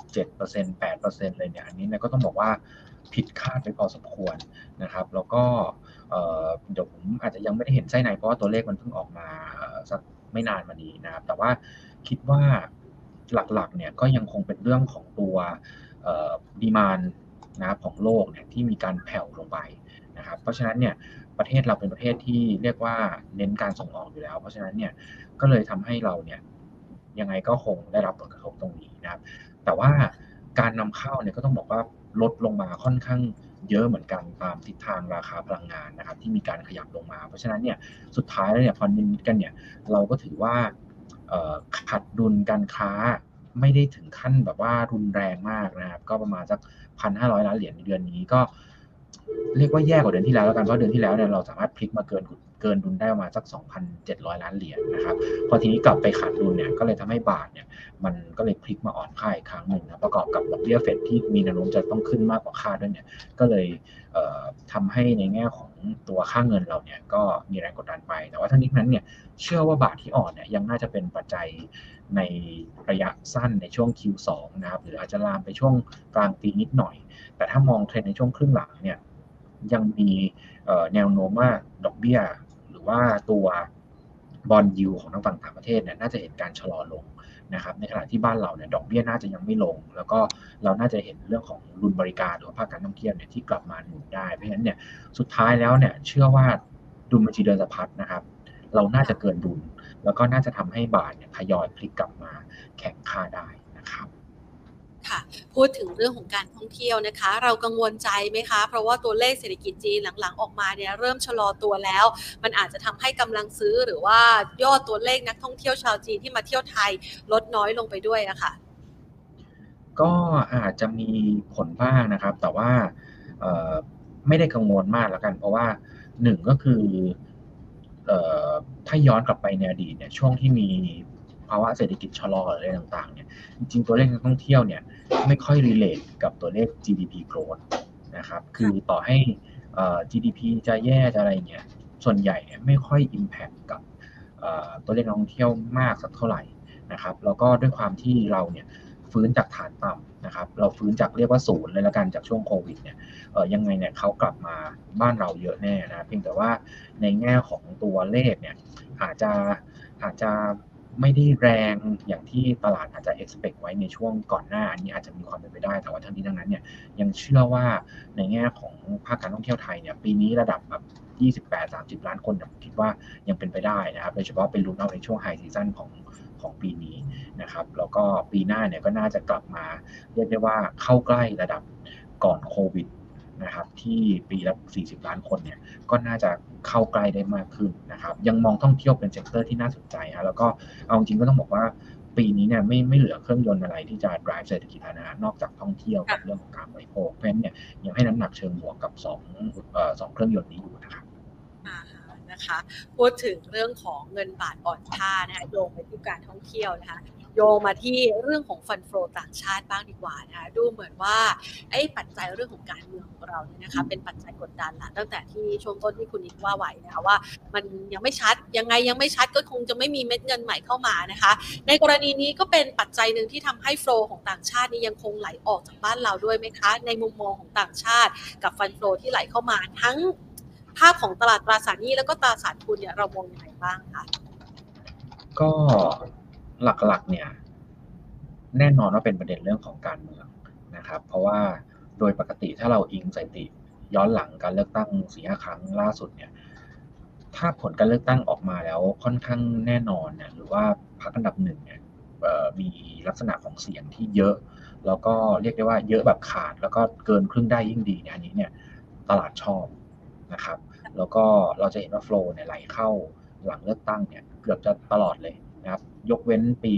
7% 8% เลยเนี่ยอันนี้เนี่ยก็ต้องบอกว่าผิดคาดไปพอสมควรนะครับแล้วก็เดี๋ยวผมอาจจะยังไม่ได้เห็นไส้ในเพราะว่าตัวเลขมันเพิ่งออกมาสักไม่นานมานี้นะครับแต่ว่าคิดว่าหลักๆเนี่ยก็ยังคงเป็นเรื่องของตัวดีมานด์นะครับของโลกเนี่ยที่มีการแผ่วลงไปนะครับเพราะฉะนั้นเนี่ยประเทศเราเป็นประเทศที่เรียกว่าเน้นการส่งออกอยู่แล้วเพราะฉะนั้นเนี่ยก็เลยทำให้เราเนี่ยยังไงก็คงได้รับผลกระทบตรงนี้นะครับแต่ว่าการนำเข้าเนี่ยก็ต้องบอกว่าลดลงมาค่อนข้างเยอะเหมือนกันตามทิศทางราคาพลังงานนะครับที่มีการขยับลงมาเพราะฉะนั้นเนี่ยสุดท้ายแล้วเนี่ยพอนิดกันเนี่ยเราก็ถือว่าขาดดุลการค้าไม่ได้ถึงขั้นแบบว่ารุนแรงมากนะครับก็ประมาณสัก 1,500 ล้านเหรียญในเดือนนี้ก็เรียกว่าแย่กว่าเดือนที่แล้วแล้วกันเพราะเดือนที่แล้วเนี่ยเราสามารถพลิกมาเกินดุลได้ประมาณสัก 2,700 ล้านเหรียญนะครับพอทีนี้กลับไปขาดดุลเนี่ยก็เลยทำให้บาทเนี่ยมันก็เลยพลิกมาอ่อนค่าอีกครั้งหนึ่งนะประกอบกับดอกเบี้ยเฟดที่มีแนวโน้มจะต้องขึ้นมากกว่าคาดด้วยเนี่ยก็เลยทำให้ในแง่ของตัวค่าเงินเราเนี่ยก็มีแรงกดดันไปแต่ว่าทั้งนี้นั้นเนี่ยเชื่อว่าบาทที่อ่อนเนี่ยยังน่าจะเป็นปัจจัยในระยะสั้นในช่วง Q2 นะครับหรืออาจจะลามไปช่วงกลางปีนิดหน่อยแต่ถ้ามองเทรนด์ในช่วงครึ่งหลังเนี่ยยังมีแนวโน้มว่าดอกเบี้ยหรือว่าตัวบอนด์ยิลด์ของทางฝั่งต่างประเทศเนี่ยน่าจะเห็นการชะลอลงนะครับในขณะที่บ้านเราเนี่ยดอกเบี้ยน่าจะยังไม่ลงแล้วก็เราน่าจะเห็นเรื่องของดุลบริการหรือว่าภาคการท่องเที่ยวเนี่ยที่กลับมาหนุนได้เพราะฉะนั้นเนี่ยสุดท้ายแล้วเนี่ยเชื่อว่าดุลบัญชีเดินสะพัดนะครับเราน่าจะเกินดุลแล้วก็น่าจะทำให้บาทเนี่ยทยอยพลิกกลับมาแข็งค่าได้นะครับค่ะพูดถึงเรื่องของการท่องเที่ยวนะคะเรากังวลใจไหมคะเพราะว่าตัวเลขเศรษฐกิจจีนหลังๆออกมาเนี่ยเริ่มชะลอตัวแล้วมันอาจจะทำให้กำลังซื้อหรือว่ายอดตัวเลขนักท่องเที่ยวชาวจีนที่มาเที่ยวไทยลดน้อยลงไปด้วยอะค่ะก็อาจจะมีผลบ้างนะครับแต่ว่าเอ่อไม่ได้กังวลมากแล้วกันเพราะว่าหนึ่งก็คือเอ่อถ้าย้อนกลับไปในอดีตเนี่ยช่วงที่มีภาวะเศรษฐกิจชะลออะไรต่างๆเนี่ยจริงๆตัวเลขนักท่องเที่ยวเนี่ยไม่ค่อย relate กับตัวเลข GDP growth นะครับคือต่อให้GDP จะแย่จะอะไรเงี้ยส่วนใหญ่เนี่ยไม่ค่อย impact กับตัวเลขนักท่องเที่ยวมากสักเท่าไหร่นะครับแล้วก็ด้วยความที่เราเนี่ยฟื้นจากฐานต่ำนะครับเราฟื้นจากเรียกว่าศูนย์เลยละกันจากช่วงโควิดเนี่ยยังไงเนี่ยเขากลับมาบ้านเราเยอะแน่นะเพียงแต่ว่าในแง่ของตัวเลขเนี่ยอาจจะไม่ได้แรงอย่างที่ตลาดอาจจะ expect ไว้ในช่วงก่อนหน้าอันนี้อาจจะมีความเป็นไปได้แต่ว่าทั้งนี้ทั้งนั้นเนี่ยยังเชื่อว่าในแง่ของภาคการท่องเที่ยวไทยเนี่ยปีนี้ระดับแบบ28-30 ล้านคนผมคิดว่ายังเป็นไปได้นะครับโดยเฉพาะเป็นลุ้นเอาในช่วงไฮซีซั่นของปีนี้นะครับแล้วก็ปีหน้าเนี่ยก็น่าจะกลับมาเรียกได้ว่าเข้าใกล้ระดับก่อนโควิดนะครับที่ปีละ40 ล้านคนเนี่ยก็น่าจะเข้าใกล้ได้มากขึ้นนะครับยังมองท่องเที่ยวเป็นเซกเตอร์ที่น่าสนใจนะแล้วก็เอาจริงก็ต้องบอกว่าปีนี้เนี่ยไม่เหลือเครื่องยนต์อะไรที่จะ drive เศรษฐกิจแล้วนะนอกจากท่องเที่ยวกับเรื่องของการบริโภคเพราะฉะนั้นเนี่ยยังให้น้ำหนักเชิงบวกกับสองเครื่องยนต์นี้อยู่นะครับนะคะพูดถึงเรื่องของเงินบาทอ่อนค่านะคะโยงไปที่การท่องเที่ยวนะคะโยงมาที่เรื่องของฟันโฟต่างชาติบ้างดีกว่านะคะดูเหมือนว่าไอ้ปัจจัยเรื่องของการเมืองของเราเนี่ยนะคะเป็นปัจจัยกดดันละตั้งแต่ที่ช่วงต้นที่คุณนิดว่าไว้นะคะว่ามันยังไม่ชัดยังไงยังไม่ชัดก็คงจะไม่มีเม็ดเงินใหม่เข้ามานะคะในกรณีนี้ก็เป็นปัจจัยหนึ่งที่ทำให้โฟลของต่างชาตินี่ยังคงไหลออกจากบ้านเราด้วยไหมคะในมุมมองของต่างชาติกับฟันโฟที่ไหลเข้ามาทั้งภาพของตลาดตราสารหนี้แล้วก็ตราสารทุนเนี่ยเรามองยังไงบ้างคะก็หลักๆเนี่ยแน่นอนว่าเป็นประเด็นเรื่องของการเมืองนะครับเพราะว่าโดยปกติถ้าเราอิงสถิติย้อนหลังการเลือกตั้ง4-5 ครั้งล่าสุดเนี่ยถ้าผลการเลือกตั้งออกมาแล้วค่อนข้างแน่นอนเนี่ยหรือว่าพรรคอันดับหนึ่งเนี่ยมีลักษณะของเสียงที่เยอะแล้วก็เรียกได้ว่าเยอะแบบขาดแล้วก็เกินครึ่งได้ยิ่งดีเนี่ยอันนี้เนี่ยตลาดชอบนะครับแล้วก็เราจะเห็นว่าโฟลว์เนี่ยไหลเข้าหลังเลือกตั้งเนี่ยเกือบจะตลอดเลยนะครับยกเว้นปี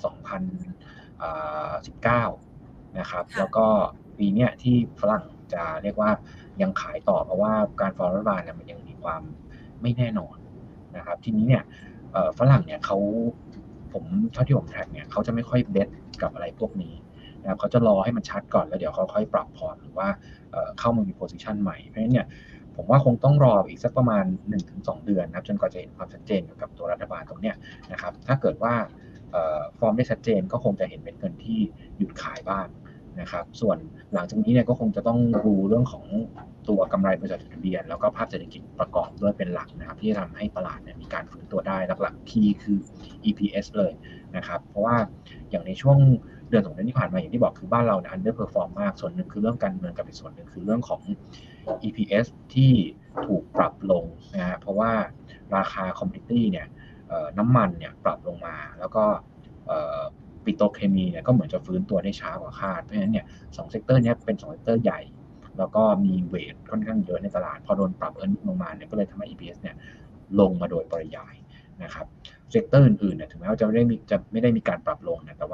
2019นะครับแล้วก็ปีเนี้ยที่ฝรั่งจะเรียกว่ายังขายต่อเพราะว่าการฟอร์มรัฐบาลเนี่ยมันยังมีความไม่แน่นอนนะครับทีนี้เนี่ยฝรั่งเนี่ยผมเท่าที่ผมแทร็กเนี่ยเขาจะไม่ค่อยเบสกับอะไรพวกนี้นะครับเขาจะรอให้มันชัดก่อนแล้วเดี๋ยวเขาค่อยปรับพอร์ตหรือว่าเข้ามามีโพซิชันใหม่เพราะฉะนั้นเนี่ยผมว่าคงต้องรออีกสักประมาณ 1-2 เดือนนะครับจนกว่าจะเห็นความชัดเจนเกี่ยวกับตัวรัฐบาลตรงเนี้ยนะครับถ้าเกิดว่าฟอร์มได้ชัดเจนก็คงจะเห็นเป็นเงินที่หยุดขายบ้างนะครับส่วนหลังจากนี้เนี่ยก็คงจะต้องดูเรื่องของตัวกำไรบริษัทจดทะเบียนแล้วก็ภาพเศรษฐกิจประกอบด้วยเป็นหลักนะครับที่จะทำให้ตลาดเนี่ยมีการฟื้นตัวได้หลักๆคีย์คือ EPS เลยนะครับเพราะว่าอย่างในช่วงเดือน2 เดือนที่ผ่านมาอย่างที่บอกคือบ้านเราเนี่ย underperform มากส่วนหนึ่งคือเรื่องการเมืองกับอีกส่วนหนึ่งคือเรื่องของ EPS ที่ถูกปรับลงนะฮะเพราะว่าราคาคอมมิตี้เนี่ยน้ำมันเนี่ยปรับลงมาแล้วก็ปิโตรเคมีเนี่ยก็เหมือนจะฟื้นตัวได้ช้ากว่าคาดเพราะฉะนั้นเนี่ย2เซกเตอร์นี้เป็น2เซกเตอร์ใหญ่แล้วก็มีเวทค่อนข้างเยอะในตลาดพอโดนปรับลงมาเนี่ยก็เลยทำให้ EPS เนี่ยลงมาโดยปริยายนะครับเซกเตอร์อื่นๆเนี่ยถึงแม้ว่าจะไม่ได้มีการปรับลงนะแต่ว่า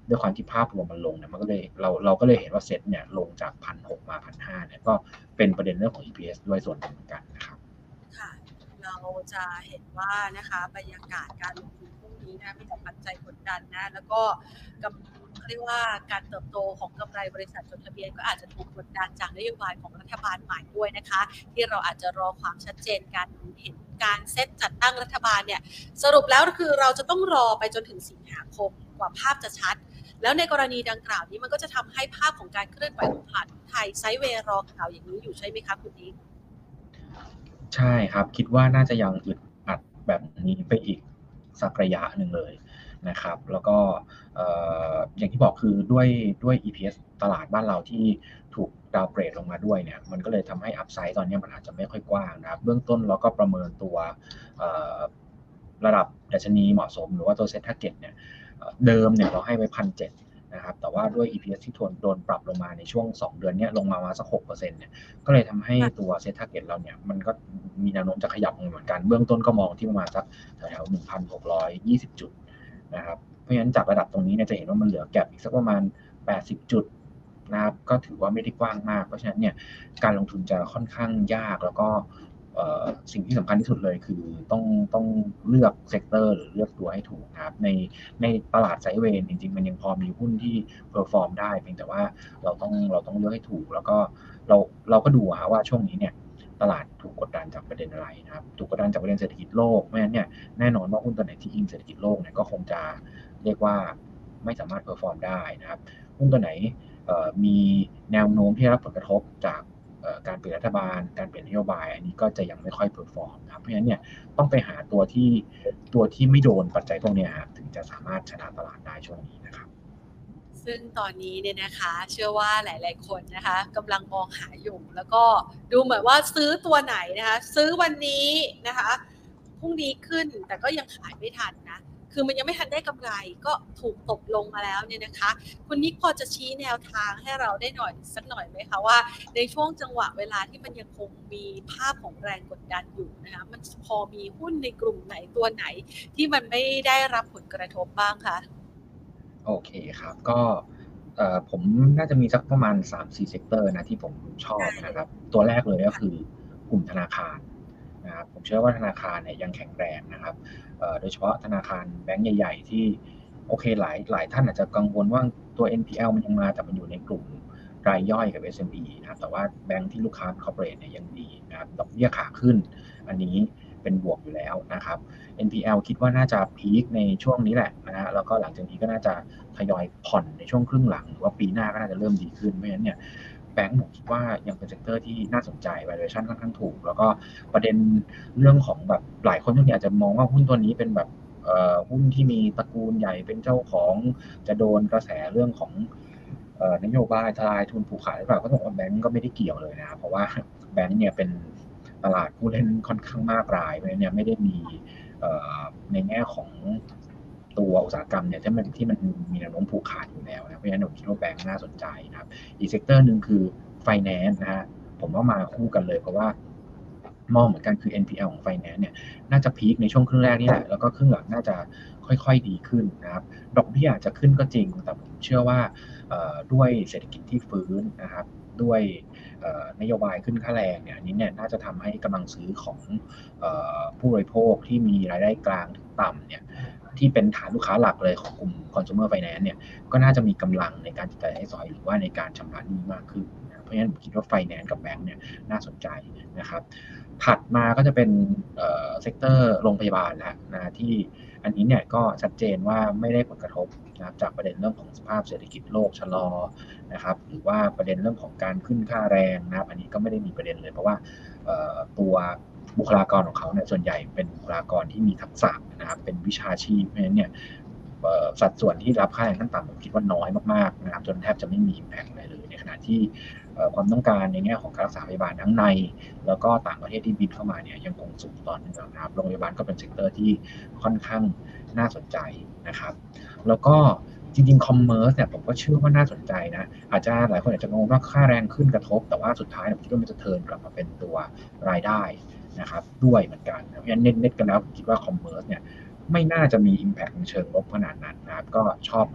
ด้วยความที่ภาพรวมมันลงเนี่ยมันก็เลยเราก็เลยเห็นว่าเซ็ตเนี่ยลงจาก 1,600 มา 1,500 เนี่ยก็เป็นประเด็นเรื่องของ EPS ด้วยส่วนหนึ่งเหมือนกันนะครับค่ะเราจะเห็นว่านะคะบรรยากาศการลงทุนพวกนี้นะมีแต่ปัจจัยกดดันนะแล้วก็เขาเรียกว่าการเติบโตของกำไรบริษัทจดทะเบียนก็อาจจะถูกกดดันจากนโยบายของรัฐบาลใหม่ด้วยนะคะที่เราอาจจะรอความชัดเจนการเห็นการเซตจัดตั้งรัฐบาลเนี่ยสรุปแล้วคือเราจะต้องรอไปจนถึงสิงหาคมกว่าภาพจะชัดแล้วในกรณีดังกล่าวนี้มันก็จะทำให้ภาพของการเคลื่อนไหวของตลาดหุ้นไทยไซด์เวย์รอข่าวอย่างนี้อยู่ใช่ไหมคะคุณนิกใช่ครับคิดว่าน่าจะยังอึดอัดแบบนี้ไปอีกสักระยะหนึ่งเลยนะครับแล้วก็อย่างที่บอกคือด้วย EPS ตลาดบ้านเราที่ถูกดาวเกรดลงมาด้วยเนี่ยมันก็เลยทำให้อัพไซด์ตอนนี้มันอาจจะไม่ค่อยกว้างนะครับเบื้องต้นเราก็ประเมินตัวระดับดัชนีเหมาะสมหรือว่าตัว Set Target เนี่ยเดิมเนี่ยเราให้ไว้ 1,700 นะครับแต่ว่าด้วย EPS ที่โดนปรับลงมาในช่วง2เดือนเนี้ยลงมาสัก 6% เนี่ยก็เลยทำให้ตัว Set Target เราเนี่ยมันก็มีแนวโน้มจะขยับลงเหมือนกันเบื้องต้นก็มองที่ประมาณสักแถวๆ 1,620 จุดนะครับเพราะฉะนั้นจากระดับตรงนี้เนี่ยจะเห็นว่ามันเหลือแก็บอีกสักประมาณ80 จุดนะครับก็ถือว่าไม่ได้กว้างมากเพราะฉะนั้นเนี่ยการลงทุนจะค่อนข้างยากแล้วก็สิ่งที่สำคัญที่สุดเลยคือต้องเลือกเซกเตอร์หรือเลือกตัวให้ถูกนะครับในตลาดไซด์เวย์จริงๆมันยังพอมีหุ้นที่เพอร์ฟอร์มได้เพียงแต่ว่าเราต้องเลือกให้ถูกแล้วก็เราก็ดูว่าช่วงนี้เนี่ยตลาดถูกกดดันจากประเด็นอะไรนะครับถูกกดดันจากประเด็นเศรษฐกิจโลกเพราะฉะนั้นเนี่ยแน่นอนว่าหุ้นตัวไหนที่อิงเศรษฐกิจโลกเนี่ยก็คงจะเรียกว่าไม่สามารถเพอร์ฟอร์มได้นะครับหุ้นตัวไหนมีแนวโน้มที่ได้รับผลกระทบจากการเปลี่ยนรัฐบาลการเปลี่ยนนโยบายอันนี้ก็จะยังไม่ค่อยเพอร์ฟอร์มนะครับเพราะฉะนั้นเนี่ยต้องไปหาตัวที่ไม่โดนปัจจัยพวกนี้ครับถึงจะสามารถชนะตลาดได้ช่วงนี้นะครับซึ่งตอนนี้เนี่ยนะคะเชื่อว่าหลายๆคนนะคะกำลังมองหาอยู่แล้วก็ดูเหมือนว่าซื้อตัวไหนนะคะซื้อวันนี้นะคะพรุ่งนี้ขึ้นแต่ก็ยังขายไม่ทันนะคือมันยังไม่ทันได้กำไรก็ถูกตบลงมาแล้วเนี่ยนะคะคุณนิกพอจะชี้แนวทางให้เราได้หน่อยสักหน่อยไหมคะว่าในช่วงจังหวะเวลาที่มันยังคงมีภาพของแรงกดดันอยู่นะคะมันพอมีหุ้นในกลุ่มไหนตัวไหนที่มันไม่ได้รับผลกระทบบ้างคะโอเคครับก็ผมน่าจะมีสักประมาณ 3-4 เซกเตอร์นะที่ผมชอบนะครับตัวแรกเลยก็คือกลุ่มธนาคารนะครับผมเชื่อว่าธนาคารเนี่ยยังแข็งแรงนะครับโดยเฉพาะธนาคารแบงก์ใหญ่ๆที่โอเคหลายท่านอาจจะกังวลว่าตัว NPL มันยังมาแต่มันอยู่ในกลุ่มรายย่อยกับ SME นะครับแต่ว่าแบงก์ที่ลูกค้าเป็น corporate เนี่ยยังดีนะครับดอกเบี้ยขาขึ้นอันนี้เป็นบวกอยู่แล้วนะครับ NPL คิดว่าน่าจะพีคในช่วงนี้แหละนะฮะแล้วก็หลังจากนี้ก็น่าจะทยอยผ่อนในช่วงครึ่งหลังหรือว่าปีหน้าก็น่าจะเริ่มดีขึ้นเพราะฉะนั้นเนี่ยแบงก์ผมคิดว่ายังเป็นเซกเตอร์ที่น่าสนใจ valuation ค่อนข้างถูกแล้วก็ประเด็นเรื่องของแบบหลายคนช่วงนี้อาจจะมองว่าหุ้นตัวนี้เป็นแบบหุ้นที่มีตระกูลใหญ่เป็นเจ้าของจะโดนกระแสเรื่องของนโยบายทลายทุนผูกขาดหรือเปล่าก็ต้องบอกว่าแบงก์ก็ไม่ได้เกี่ยวเลยนะเพราะว่าแบงก์เนี่ยเป็นตลาดผู้เล่นค่อนข้างมากรายเพราะฉะนั้นเนี่ยไม่ได้มีในแง่ของตัวอุตสาหกรรมเนี่ยที่มันมีแนวโน้มผูกขาดอยู่แล้วนะเพราะฉะนั้นผมคิดว่าแบงก์น่าสนใจนะครับอีกเซกเตอร์หนึ่งคือ Finance นะฮะผมว่ามาคู่กันเลยเพราะว่ามองเหมือนกันคือ NPL ของ Finance เนี่ยน่าจะพีคในช่วงครึ่งแรกนี่แหละแล้วก็ครึ่งหลังน่าจะค่อยๆดีขึ้นนะครับดอกเบี้ยอาจจะขึ้นก็จริงแต่ผมเชื่อว่าด้วยเศรษฐกิจที่ฟื้นนะครับด้วยนโยบายขึ้นค่าแรงเนี่ยอันนี้เนี่ยน่าจะทำให้กำลังซื้อของผู้บริโภคที่มีรายได้กลางถึงต่ำเนี่ยที่เป็นฐานลูกค้าหลักเลยของกลุ่ม consumer finance เนี่ยก็น่าจะมีกำลังในการจับจ่ายใช้สอยหรือว่าในการชำระหนี้มากขึ้นนะเพราะฉะนั้นผมคิดว่า finance กับแบงก์เนี่ยน่าสนใจนะครับถัดมาก็จะเป็นเซกเตอร์โรงพยาบาลแล้วนะที่อันนี้เนี่ยก็ชัดเจนว่าไม่ได้ผลกระทบนะครับจากประเด็นเรื่องของสภาพเศรษฐกิจโลกชะลอนะครับหรือว่าประเด็นเรื่องของการขึ้นค่าแรงนะครับอันนี้ก็ไม่ได้มีประเด็นเลยเพราะว่าตัวบุคลากรของเขาเนี่ยส่วนใหญ่เป็นบุคลากรที่มีทักษะนะครับเป็นวิชาชีพเพราะฉะนั้นเนี่ยสัดส่วนที่รับค่าแรงขั้นต่ำผมคิดว่าน้อยมากๆนะครับจนแทบจะไม่มี impact อะไรเลยในขณะที่ความต้องการในแง่ของการรักษาพยาบาลทั้งในแล้วก็ต่างประเทศที่บินเข้ามาเนี่ยยังคงสูงต่อเนื่องนะครับโรงพยาบาลก็เป็นเซกเตอร์ที่ค่อนข้างน่าสนใจนะครับแล้วก็จริงๆคอมเมอร์สเนี่ยผมก็เชื่อว่าน่าสนใจนะอาจจะหลายคนอาจจะงงว่าค่าแรงขึ้นกระทบแต่ว่าสุดท้ายผมคิดว่ามันจะเทิร์นกลับมาเป็นตัวรายได้นะครับด้วยเหมือนกันเพราะฉะนั้นเน็ตกันแล้วผมคิดว่าคอมเมอร์สเนี่ยไม่น่าจะมี impact ในเชิงลบขนาดนั้นนะครับก็ชอบเหมือนกัน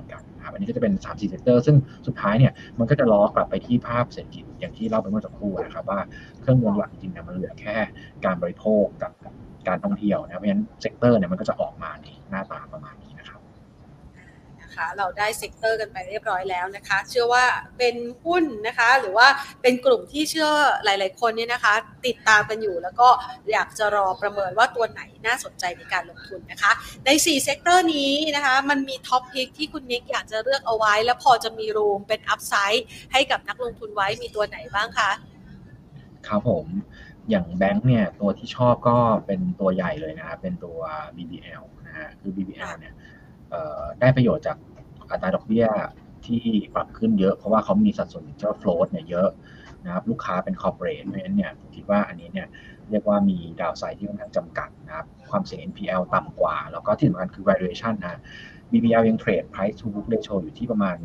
นะครับอันนี้ก็จะเป็น 3-4 เซกเตอร์ซึ่งสุดท้ายเนี่ยมันก็จะล้อกลับไปที่ภาพเศรษฐกิจอย่างที่เล่าไปเมื่อสักครู่นะครับว่าเครื่องยนต์หลักจริงๆมันเหลือแค่การบริโภคกับการท่องเที่ยวนะเพราะฉะนั้นเซกเตอร์เนี่ยมันก็จะออกมาในหน้าตาประมาณนี้นะครับเราได้เซกเตอร์กันไปเรียบร้อยแล้วนะคะเชื่อว่าเป็นหุ้นนะคะหรือว่าเป็นกลุ่มที่เชื่อหลายๆคนเนี่ยนะคะติดตามกันอยู่แล้วก็อยากจะรอประเมินว่าตัวไหนน่าสนใจในการลงทุนนะคะใน4เซกเตอร์นี้นะคะมันมีท็อปพิกที่คุณนิกอยากจะเลือกเอาไว้แล้วพอจะมีรูมเป็นอัพไซด์ให้กับนักลงทุนไว้มีตัวไหนบ้างคะครับผมอย่างแบงค์เนี่ยตัวที่ชอบก็เป็นตัวใหญ่เลยนะครับเป็นตัว BBL นะฮะคือ BBL เนี่ยได้ประโยชน์จากอัตราดอกเบี้ยที่ปรับขึ้นเยอะเพราะว่าเขามีสัดส่วนเจ้า float เนี่ยเยอะนะครับลูกค้าเป็น corporate เพราะฉะนั้นเนี่ยผมคิดว่าอันนี้เนี่ยเรียกว่ามีดาวไซด์ที่ค่อนข้างจำกัดนะครับความเสี่ยง NPL ต่ำกว่าแล้วก็ที่สำคัญคือ valuation นะ BBL ยังเทรด price to book ratio อยู่ที่ประมาณ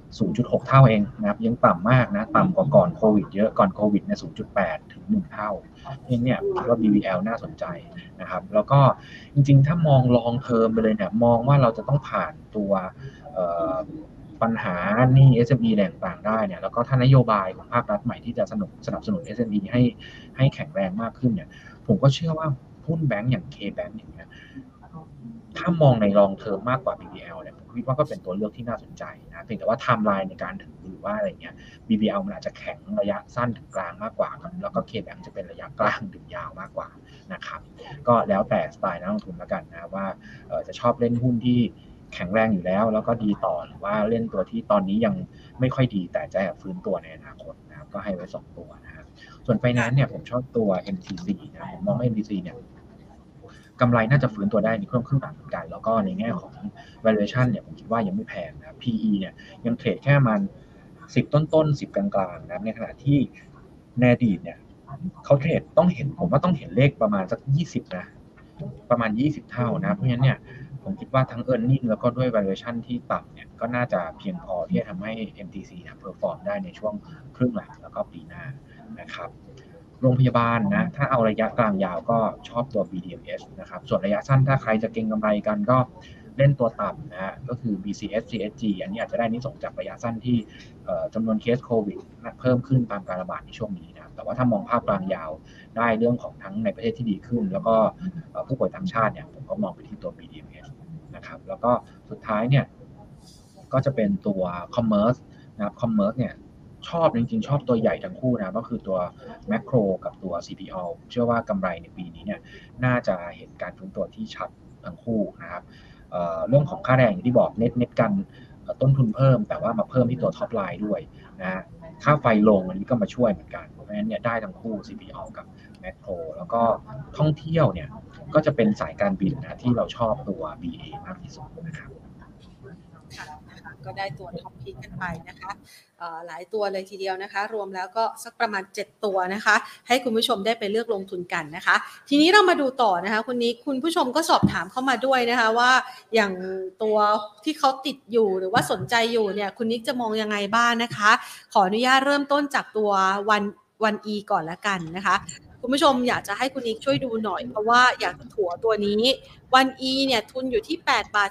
0.6 เท่าเองนะครับยังต่ำมากนะต่ำกว่าก่อนโควิดเยอะก่อนโควิดเนี่ย 0.8 ถึง 1 เท่าเนี่ยคิดว่า BBL น่าสนใจนะครับแล้วก็จริงๆถ้ามอง long term ไปเลยเนี่ยมองว่าเราจะต้องผ่านตัวปัญหาหนี้ SME แต่างๆได้เนี่ยแล้วก็ถ้านโยบายของภาครัฐใหม่ที่จะสนับสนุน SME ให้แข็งแรงมากขึ้นเนี่ยผมก็เชื่อว่าหุ้นแบงก์อย่าง K-Bank อย่างเงี้ยถ้ามองใน long term มากกว่า BBL เนี่ยผมคิดว่าก็เป็นตัวเลือกที่น่าสนใจนะเพียงแต่ว่า timeline ในการถือหรือว่าอะไรเงี้ย BBL มันอาจจะแข็งระยะสั้นถึงกลางมากกว่าครับแล้วก็ K-Bank จะเป็นระยะกลางถึงยาวมากกว่านะครับก็แล้วแต่สไตล์นักลงทุนแล้วกันนะว่าจะชอบเล่นหุ้นที่แข็งแรงอยู่แล้วก็ดีต่อหรือว่าเล่นตัวที่ตอนนี้ยังไม่ค่อยดีแต่จะฟื้นตัวในอนาคตนะครับก็ให้ไว้2ตัวนะครับส่วน Finance เนี่ยผมชอบตัว MTC นะผมมองว่า MTC เนี่ยกำไรน่าจะฟื้นตัวได้ในช่วงครึ่งหลังเหมือนกันแล้วก็ในแง่ของ valuation เนี่ยผมคิดว่ายังไม่แพงนะ PE เนี่ยยังเทรดแค่มัน10ต้นๆ10กลางๆนะในขณะที่ในอดีตเนี่ยเขาเทรดผมว่าต้องเห็นเลขประมาณสัก20นะประมาณ20เท่านะเพราะฉะนั้นเนี่ยผมคิดว่าทั้ง earning แล้วก็ด้วย valuation ที่ต่ำเนี่ยก็น่าจะเพียงพอที่จะทำให้ MTC เนี่ย perform ได้ในช่วงครึ่งหลังแล้วก็ปีหน้านะครับโรงพยาบาลนะถ้าเอาระยะกลางยาวก็ชอบตัว BDMs นะครับส่วนระยะสั้นถ้าใครจะเก็งกำไรกันก็เล่นตัวต่ำนะฮะก็คือ BCS CSG อันนี้อาจจะได้นิสงจากระยะสั้นที่จำนวนเคสโควิดเพิ่มขึ้นตามการระบาดในช่วงนี้นะครับแต่ว่าถ้ามองภาพกลางยาวได้เรื่องของทั้งในประเทศที่ดีขึ้นแล้วก็ผู้ป่วยต่างชาติเนี่ยผมก็มองไปที่ตัว BDMs นะครับแล้วก็สุดท้ายเนี่ยก็จะเป็นตัว Commerce นะครับ Commerce เนี่ยชอบจริงๆชอบตัวใหญ่ทั้งคู่นะก็คือตัว Macro กับตัว CPO เชื่อว่ากำไรในปีนี้เนี่ยน่าจะเห็นการฟื้นตัวที่ชัดทั้งคู่นะครับเรื่องของค่าแรงอย่างที่บอกเน็ตกันต้นทุนเพิ่มแต่ว่ามาเพิ่มที่ตัวท็อปไลน์ด้วยนะค่าไฟลงอันนี้ก็มาช่วยเหมือนกันเพราะฉะนั้นเนี่ยได้ทั้งคู่ CPO กับ Macro แล้วก็ท่องเที่ยวเนี่ยก็จะเป็นสายการบินนะที่เราชอบตัว BA มากที่สุดนะครับก็ได้ตัวท็อปพิกกันไปนะคะหลายตัวเลยทีเดียวนะคะรวมแล้วก็สักประมาณ7ตัวนะคะให้คุณผู้ชมได้ไปเลือกลงทุนกันนะคะทีนี้เรามาดูต่อนะคะคุณผู้ชมก็สอบถามเข้ามาด้วยนะคะว่าอย่างตัวที่เขาติดอยู่หรือว่าสนใจอยู่เนี่ยคุณนิกจะมองยังไงบ้างนะคะขออนุญาตเริ่มต้นจากตัววัน E ก่อนละกันนะคะคุณผู้ชมอยากจะให้คุณนิกช่วยดูหน่อยเพราะว่าอยากจะถัวตัวนี้วัน E เนี่ยทุนอยู่ที่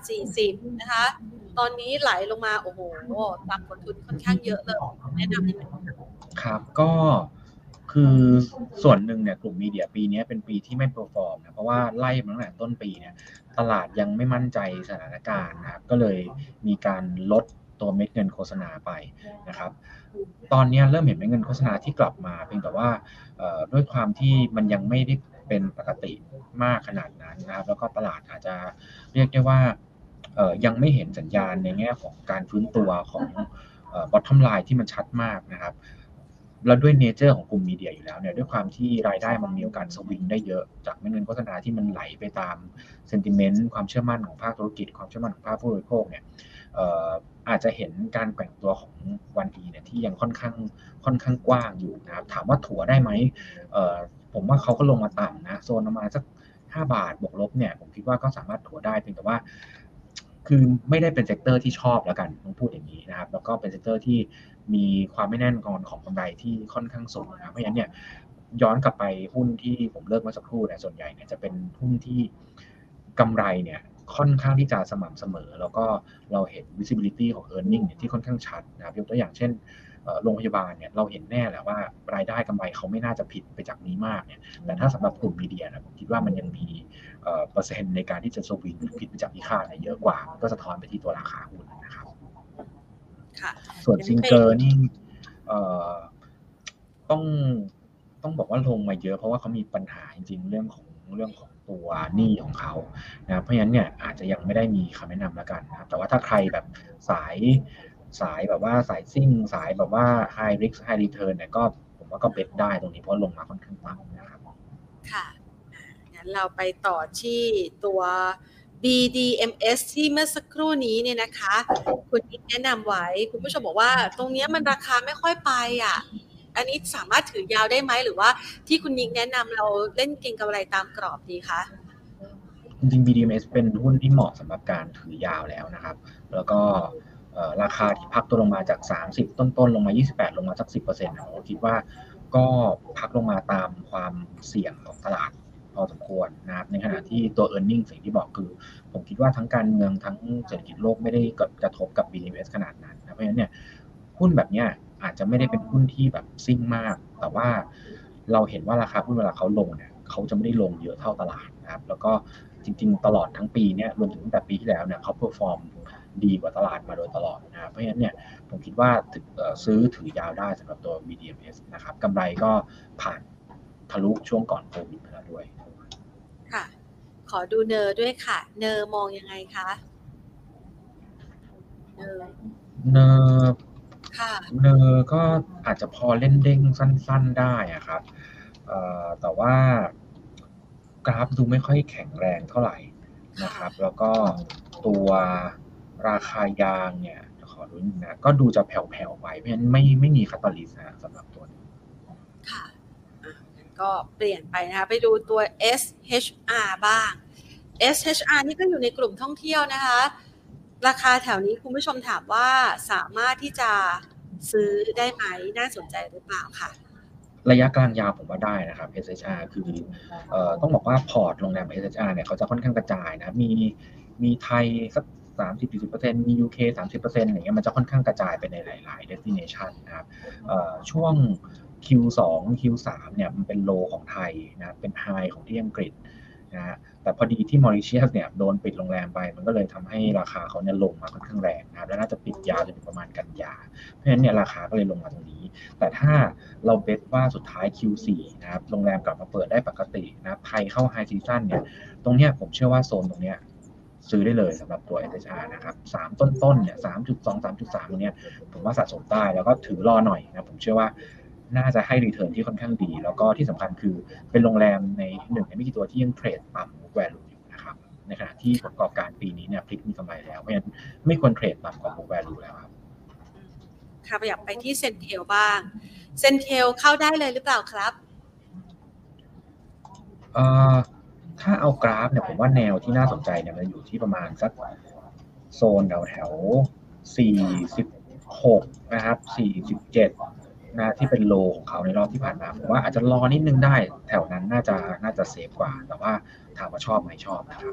8.40 นะคะตอนนี้ไหลลงมาโอ้โหต่ำกว่าทุนค่อนข้างเยอะเลยแนะนำยังไงครับก็คือส่วนหนึ่งเนี่ยกลุ่มมีเดียปีนี้เป็นปีที่ไม่เพอร์ฟอร์มนะเพราะว่าไล่มาตั้งแต่ต้นปีเนี่ยตลาดยังไม่มั่นใจสถานการณ์นะครับก็เลยมีการลดตัวเม็ดเงินโฆษณาไปนะครับตอนนี้เริ่มเห็นเม็ดเงินโฆษณาที่กลับมาเพียงแต่ว่าด้วยความที่มันยังไม่ได้เป็นปกติมากขนาดนั้นนะครับแล้วก็ตลาดอาจจะเรียกได้ว่ายังไม่เห็นสัญญาณในแง่ของการฟื้นตัวของbottom line ที่มันชัดมากนะครับแล้วด้วยเนเจอร์ของกลุ่มมีเดียอยู่แล้วเนี่ยด้วยความที่รายได้มันมีโอกาสสวิงได้เยอะจากเงินโฆษณาที่มันไหลไปตามเซนติเมนต์ความเชื่อมั่นของภาคธุรกิจความเชื่อมั่นของภาคผู้บริโภคเนี่ยอาจจะเห็นการแกว่งตัวของวันอีเนี่ยที่ยังค่อนข้างกว้างอยู่นะครับถามว่าถัวได้ไหมผมว่าเขาก็ลงมาต่ำนะโซนประมาณสัก5 บาทบวกลบเนี่ยผมคิดว่าก็สามารถถัวได้เพียงแต่ว่าคือไม่ได้เป็นเซกเตอร์ที่ชอบแล้วกันต้องพูดอย่างนี้นะครับแล้วก็เป็นเซกเตอร์ที่มีความไม่แน่นอนของกำไรที่ค่อนข้างสูงนะเพราะฉะนั้นเนี่ยย้อนกลับไปหุ้นที่ผมเลิกเมื่อสักครู่เนี่ยส่วนใหญ่เนี่ยจะเป็นหุ้นที่กำไรเนี่ยค่อนข้างที่จะสม่ำเสมอแล้วก็เราเห็น visibility ของ earning เนี่ยที่ค่อนข้างชัดนะครับยกตัวอย่างเช่นโรงพยาบาลเนี่ยเราเห็นแน่แหละว่ารายได้กำไรเขาไม่น่าจะผิดไปจากนี้มากเนี่ยแต่ถ้าสำหรับกลุ่มมีเดียนะผมคิดว่ามันยังมีเปอร์เซ็นต์ในการที่จะสวิงผิดไปจากที่คาดเยอะกว่าก็สะท้อนไปที่ตัวราคาหุ้นนะครับส่วนซิงเกอร์นี่ต้องบอกว่าลงมาเยอะเพราะว่าเขามีปัญหาจริงๆเรื่องของตัวหนี้ของเขานะเพราะฉะนั้นเนี่ยอาจจะยังไม่ได้มีคำแนะนำแล้วกันนะครับแต่ว่าถ้าใครแบบสายแบบว่าสายซิ่งสายแบบว่า high risk high return เนี่ยก็ผมว่าก็เบ็ดได้ตรงนี้เพราะลงมาค่อนข้างต่ำนะครับค่ะงั้นเราไปต่อที่ตัว BDMs ที่เมื่อสักครู่นี้เนี่ยนะคะคุณนิกแนะนำไว้คุณผู้ชมบอกว่าตรงนี้มันราคาไม่ค่อยไปอ่ะอันนี้สามารถถือยาวได้ไหมหรือว่าที่คุณนิกแนะนำเราเล่นเก็งกำไรตามกรอบดีคะจริงๆ BDMs เป็นหุ้นที่เหมาะสำหรับการถือยาวแล้วนะครับแล้วก็ราคาที่พักตัวลงมาจาก30ต้นๆลงมา28ลงมาสัก 10% ผมคิดว่าก็พักลงมาตามความเสี่ยงของตลาดพอสมควรนะครับในขณะที่ตัว earning สิ่งที่บอกคือผมคิดว่าทั้งการเมืองทั้งเศรษฐกิจโลกไม่ได้กระทบกับ BDMs ขนาดนั้นนะเพราะฉะนั้นเนี่ยหุ้นแบบนี้อาจจะไม่ได้เป็นหุ้นที่แบบซิ่งมากแต่ว่าเราเห็นว่าราคาหุ้นเวลาเขาลงเนี่ยเขาจะไม่ได้ลงเยอะเท่าตลาดนะครับแล้วก็จริงๆตลอดทั้งปีเนี่ยรวมถึงตั้งแต่ปีที่แล้วเนี่ยเขาเพอร์ฟอร์มดีกว่าตลาดมาโดยตลอดนะครับเพราะฉะนั้นเนี่ยผมคิดว่าซื้อถือยาวได้สำหรับตัว BDMs นะครับกำไรก็ผ่านทะลุช่วงก่อนโควิดไปแล้วด้วยค่ะขอดูเนอด้วยค่ะเนอมองยังไงคะเนอค่ะเนอก็อาจจะพอเล่นเด้งสั้นๆได้อะครับแต่ว่ากราฟดูไม่ค่อยแข็งแรงเท่าไหร่นะครับแล้วก็ตัวราคายางเนี่ยขอดูนิดนะก็ดูจะแผ่วๆไปเพราะฉะนั้นไม่มีคาตาลิสต์นะสำหรับตัวนี้ค่ะก็เปลี่ยนไปนะคะไปดูตัว SHR บ้าง SHR นี่ก็อยู่ในกลุ่มท่องเที่ยวนะคะราคาแถวนี้คุณผู้ชมถามว่าสามารถที่จะซื้อได้ไหมน่าสนใจหรือเปล่าค่ะระยะกลางยาวผมว่าได้นะครับ SHR คือต้องบอกว่าพอร์ตโรงแรม SHR เนี่ยเขาจะค่อนข้างกระจายนะมีไทยสัก30-40%มี UK 30%อย่างเงี้ยมันจะค่อนข้างกระจายไปในหลายๆ destination นะครับช่วง Q2 Q3 เนี่ยมันเป็นโลของไทยนะเป็นไฮของที่อังกฤษนะฮะแต่พอดีที่มอริเชียสเนี่ยโดนปิดโรงแรมไปมันก็เลยทำให้ราคาเขาเนี่ยลงมาค่อนข้างแรงนะครับและน่าจะปิดยาวจนถึงประมาณกันยาเพราะฉะนั้นเนี่ยราคาก็เลยลงมาตรงนี้แต่ถ้าเราเบสว่าสุดท้าย Q4 นะครับโรงแรมกลับมาเปิดได้ปกตินะไทยเข้าไฮซีซั่นเนี่ยตรงเนี้ยผมเชื่อว่าโซนตรงเนี้ยซื้อได้เลยสำหรับตัว SHR นะครับ3ต้นๆเนี่ย 3.2 3.3 ตรงเนี้ยผมว่าสะสมได้แล้วก็ถือรอหน่อยนะผมเชื่อว่าน่าจะให้รีเทิร์นที่ค่อนข้างดีแล้วก็ที่สำคัญคือเป็นโรงแรมในหนึ่งในไม่กี่ตัวที่ยังเทรดต่ำ value อยู่นะครับในขณะที่ผลประกอบการปีนี้เนี่ยพลิกมีกำไรแล้วเพราะฉะนั้นไม่ควรเทรดต่ำกว่า book value แล้วครับค่ะอยากไปที่เซนเทลบ้างเซนเทลเข้าได้เลยหรือเปล่าครับถ้าเอากราฟเนี่ยผมว่าแนวที่น่าสนใจเนี่ยมันอยู่ที่ประมาณสักโซนแถว46นะครับ47นะที่เป็นโลของเขาในรอบที่ผ่านมาผมว่าอาจจะรอนิดนึงได้แถวนั้นน่าจะเซฟกว่าแต่ว่าถามว่าชอบไหมชอบนะครับ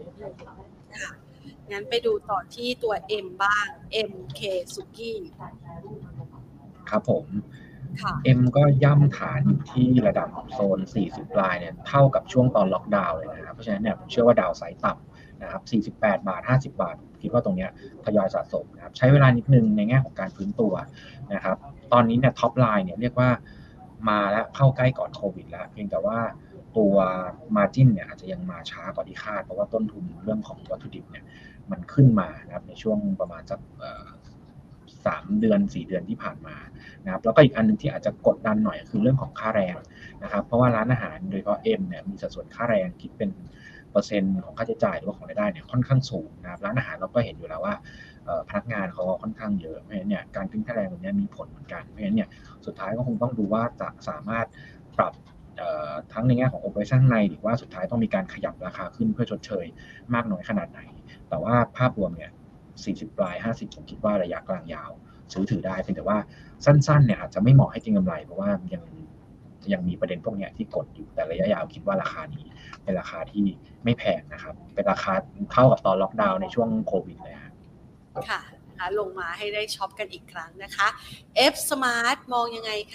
งั้นไปดูต่อที่ตัว M บ้าง MK สุกี้ครับผม M ก็ย่ำฐานอยู่ที่ระดับโซน40ปลายเนี่ยเท่ากับช่วงตอนล็อกดาวน์เลยนะครับเพราะฉะนั้นเนี่ยผมเชื่อว่าดาวไซด์ต่ำนะครับ48บาท50บาทคิดว่าตรงเนี้ยทยอยสะสมนะครับใช้เวลานิดนึงในแง่ของการฟื้นตัวนะครับตอนนี้เนี่ยท็อปไลน์เนี่ยเรียกว่ามาแล้วเข้าใกล้ก่อนโควิดแล้วเพียงแต่ว่าตัว margin เนี่ยอาจจะยังมาช้ากว่าที่คาดเพราะว่าต้นทุนเรื่องของวัตถุดิบเนี่ยมันขึ้นมานะครับในช่วงประมาณสัก3 เดือน 4 เดือนที่ผ่านมานะครับแล้วก็อีกอันนึงที่อาจจะกดดันหน่อยคือเรื่องของค่าแรงนะครับเพราะว่าร้านอาหารโดยเฉพาะ M เนี่ยมีสัดส่วนค่าแรงคิดเป็นเปอร์เซ็นต์ของค่าใช้จ่ายหรือว่าของรายได้เนี่ยค่อนข้างสูงนะครับร้านอาหารเราก็เห็นอยู่แล้วว่าพนักงานเขาค่อนข้างเยอะเพราะฉะนั้นเนี่ยการขึ้นค่าแรงตรงนี้มีผลเหมือนกันเพราะฉะนั้นเนี่ยสุดท้ายก็คงต้องดูว่าจะสามารถปรับทั้งในแง่ของ operation ในหรือว่าสุดท้ายต้องมีการขยับราคาขึ้นเพื่อชดเชยมากน้อยขนาดไหนแต่ว่าภาพรวมเนี่ย40ปลาย50ผมคิดว่าระยะกลางยาวซื้อถือได้เพียงแต่ว่าสั้นๆเนี่ยอาจจะไม่เหมาะให้เก็งกำไรเพราะว่ายังมีประเด็นพวกเนี้ยที่กดอยู่แต่ระยะยาวคิดว่าราคานี้เป็นราคาที่ไม่แพงนะครับเป็นราคาเท่ากับตอนล็อกดาวน์ในช่วงโควิดเลยฮะค่ะนะคะลงมาให้ได้ช็อปกันอีกครั้งนะคะ F Smart มองยังไงคะ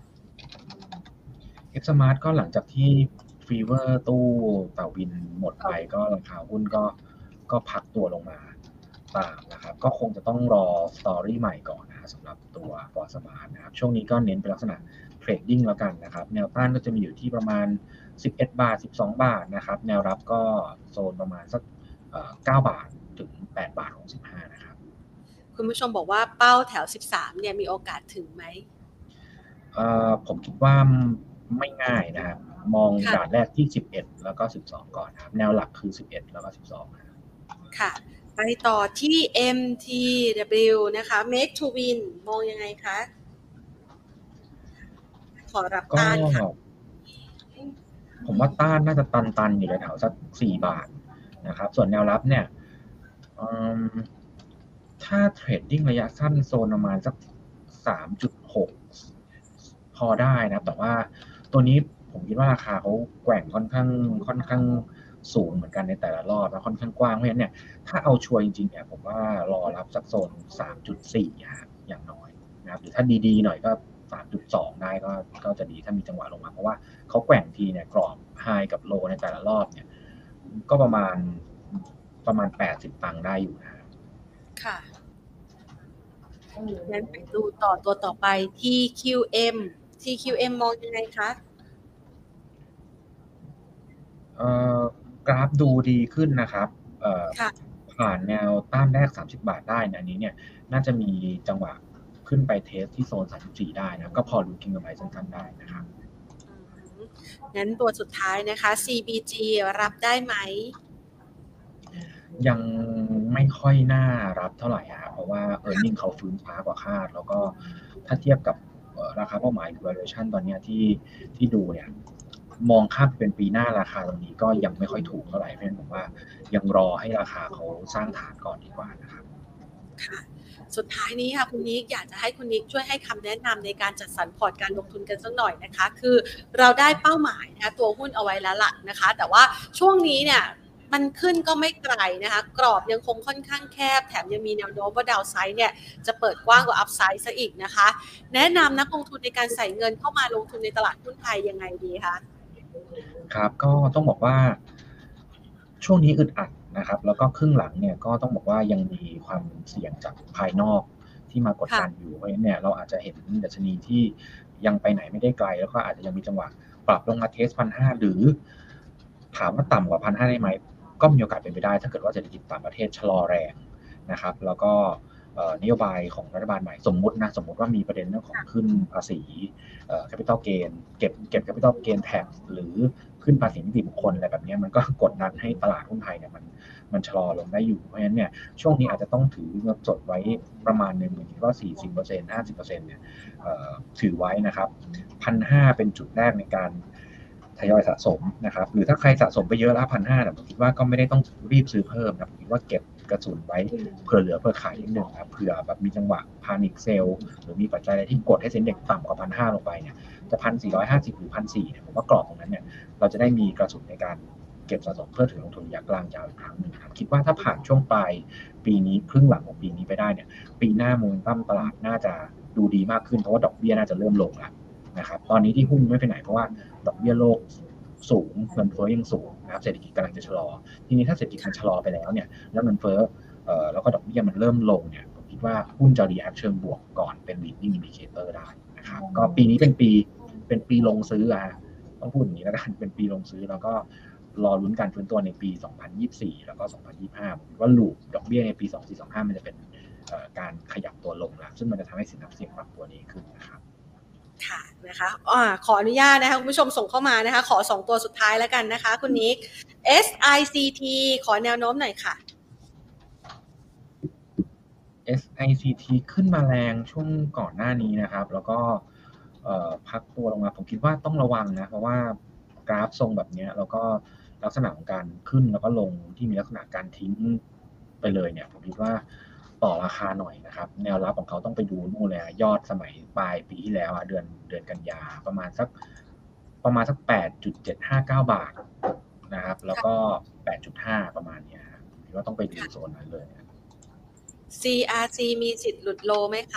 F Smart ก็หลังจากที่ฟีเวอร์ตู้เต่าบินหมดไปก็ราคาหุ้นก็พักตัวลงมาตามนะครับก็คงจะต้องรอสตอรี่ใหม่ก่อนนะสำหรับตัว F Smart นะครับช่วงนี้ก็เน้นเป็นลักษณะเทรดดิ้งแล้วกันนะครับแนวต้านก็จะมีอยู่ที่ประมาณ11 บาท12 บาทนะครับแนวรับก็โซนประมาณสัก9 บาทถึง8 บาท65นะครับคุณผู้ชมบอกว่าเป้าแถว13เนี่ยมีโอกาสถึงไหมผมคิดว่าไม่ง่ายนะครับมองด่านแรกที่11แล้วก็12ก่อนนะครับแนวหลักคือ11แล้วก็12นะครับค่ะไปต่อที่ MTW นะคะ Make to Win มองยังไงคะขอรับต้านค่ะผมว่าต้านน่าจะตันอยู่แถวสัก4 บาทนะครับส่วนแนวรับเนี่ยถ้าเทรดดิ้งระยะสั้นโซนประมาณสัก 3.6 พอได้นะแต่ว่าตัวนี้ผมคิดว่าราคาเขาแกว่งค่อนข้างสูงเหมือนกันในแต่ละรอบแล้วค่อนข้างกว้างเพราะฉะนั้นเนี่ยถ้าเอาชัวร์จริงๆเนี่ยผมว่ารอรับสักโซน 3.4 ฮะอย่างน้อยนะครับหรือถ้าดีๆหน่อยก็ 3.2 ได้ก็จะดีถ้ามีจังหวะลงมาเพราะว่าเขาแกว่งทีเนี่ยกรอบไฮกับโลในแต่ละรอบเนี่ยก็ประมาณ80 ตังค์ได้อยู่นะค่ะงั้นไปดูตัวต่อไป TQM มองยังไงคะกราฟดูดีขึ้นนะครับผ่านแนวต้านแรก30 บาทได้นะอันนี้เนี่ยน่าจะมีจังหวะขึ้นไปเทสที่โซน34ได้นะก็พอรู้กินกำไรสั้นๆได้นะครับงั้นตัวสุดท้ายนะคะ CBG รับได้ไหมยังไม่ค่อยน่ารับเท่าไหร่ครับเพราะว่า earning เขาฟื้นช้ากว่าคาดแล้วก็ถ้าเทียบกับราคาเป้าหมาย valuation ตอนนี้ที่ดูเนี่ยมองข้ามเป็นปีหน้าราคาตรงนี้ก็ยังไม่ค่อยถูกเท่าไหร่เพราะฉะนั้นผมว่ายังรอให้ราคาเขาสร้างฐานก่อนดีกว่านะครับค่ะสุดท้ายนี้ค่ะคุณนิกอยากจะให้คุณนิกช่วยให้คำแนะนำในการจัดสรรพอร์ตการลงทุนกันสักหน่อยนะคะคือเราได้เป้าหมายนะคะตัวหุ้นเอาไว้แล้วล่ะนะคะแต่ว่าช่วงนี้เนี่ยมันขึ้นก็ไม่ไกลนะคะกรอบยังคงค่อนข้างแคบแถมยังมีแนวโน้มว่าดาวไซด์เนี่ยจะเปิดกว้างกว่าอัพไซด์ซะอีกนะคะแนะนำนักลงทุนในการใส่เงินเข้ามาลงทุนในตลาดหุ้นไทยยังไงดีคะครับก็ต้องบอกว่าช่วงนี้อึดอัดนะครับแล้วก็ครึ่งหลังเนี่ยก็ต้องบอกว่ายังมีความเสี่ยงจากภายนอกที่มากดดันอยู่เพราะฉะนั้นเนี่ยเราอาจจะเห็นดัชนีที่ยังไปไหนไม่ได้ไกลแล้วก็อาจจะยังมีจังหวะปรับลงมาเทส 1,500 หรือถามว่าต่ำกว่า 1,500 ได้ไหมก็มีโอกาสเป็นไปได้ถ้าเกิดว่าเศรษฐกิจต่างประเทศชะลอแรงนะครับแล้วก็นโยบายของรัฐบาลใหม่สมมุติว่ามีประเด็นเรื่องของขึ้นภาษีcapital gain เก็บ capital gain tax หรือขึ้นภาษีนิติบุคคลอะไรแบบนี้มันก็กดดันให้ตลาดหุ้นไทยเนี่ยมันชะลอลงได้อยู่เพราะฉะนั้นเนี่ยช่วงนี้อาจจะต้องถือเงินสดไว้ประมาณนึงคิดว่า 40% 50% เนี่ยถือไว้นะครับ 1,500 เป็นจุดแรกในการทยอยสะสมนะครับหรือถ้าใครสะสมไปเยอะแล้ว 1,500 แต่ผมคิดว่าก็ไม่ได้ต้องรีบซื้อเพิ่มนะผมคิดว่าเก็บกระสุนไว้เผื่อเหลือเพื่อขายนิดนึงครับเผื่อแบบมีจังหวะพานิคเซลหรือมีปัจจัยอะไรที่กดให้เซ็นเด็กต่ำกว่า 1,500 ลงไปเนี่ยจะ 1,450 หรือ 1,400 เนี่ยผมว่ากรอบตรงนั้นเนี่ยเราจะได้มีกระสุนในการเก็บสะสมเพื่อถือลงทุนระยะกลางยาวอีกครั้งนึงครับคิดว่าถ้าผ่านช่วงปลายปีนี้ครึ่งหลังของปีนี้ไปได้เนี่ยปีหน้าโมเมนตัมตลาดน่าจะดูดีมากขึ้นเพราะว่าดอกเบี้ยน่าจะเริ่มลงแล้วนะครับตอนนี้ที่หุ้นไม่ไปไหนเพราะว่าดอกเบี้ยโลกสูงเงินเฟ้อยังสูงนะครับเศรษฐกิจกำลังจะชะลอทีนี้ถ้าเศรษฐกิจมันชะลอไปแล้วเนี่ยแล้วเงินเฟ้อแล้วก็ดอกเบี้ยมันเริ่มลงเนี่ยผมคิดว่าหุ้นจะรีแอคเชิงบวกก่อนเป็น leading indicator ได้นะครับก็ปีนี้เป็นปีลงซื้อต้องพูดอย่างนี้แล้วกันเป็นปีลงซื้อแล้วก็รอลุ้นการฟื้นตัวในปี 2024 แล้วก็ 2025 ผมคิดว่าลูปดอกเบี้ยในปี 2425 มันจะเป็นการขยับตัวลงแล้วซึ่งมันจะทำให้สินทรัพย์เสี่ยงปรับตัวดีขึ้นนะครับค่ะนะคะขออนุญาตนะคะคุณผู้ชมส่งเข้ามานะคะขอ2ตัวสุดท้ายแล้วกันนะคะคุณนิก SICT ขอแนวโน้มหน่อยค่ะ SICT ขึ้นมาแรงช่วงก่อนหน้านี้นะครับแล้วก็พักตัวลงมาผมคิดว่าต้องระวังนะเพราะว่ากราฟทรงแบบนี้แล้วก็ลักษณะของการขึ้นแล้วก็ลงที่มีลักษณะการทิ้งไปเลยเนี่ยผมคิดว่าต่อราคาหน่อยนะครับแนวรับของเขาต้องไปดูนู่นเลยยอดสมัยปลายปีที่แล้วเดือนกันยาประมาณสักประมาณสัก 8.759 บาทนะครับแล้วก็ 8.5 ประมาณนี้ครับคิดว่าต้องไปดูโซนนั้นเลย CRC มีสิทธิ์หลุดโลไหมคะ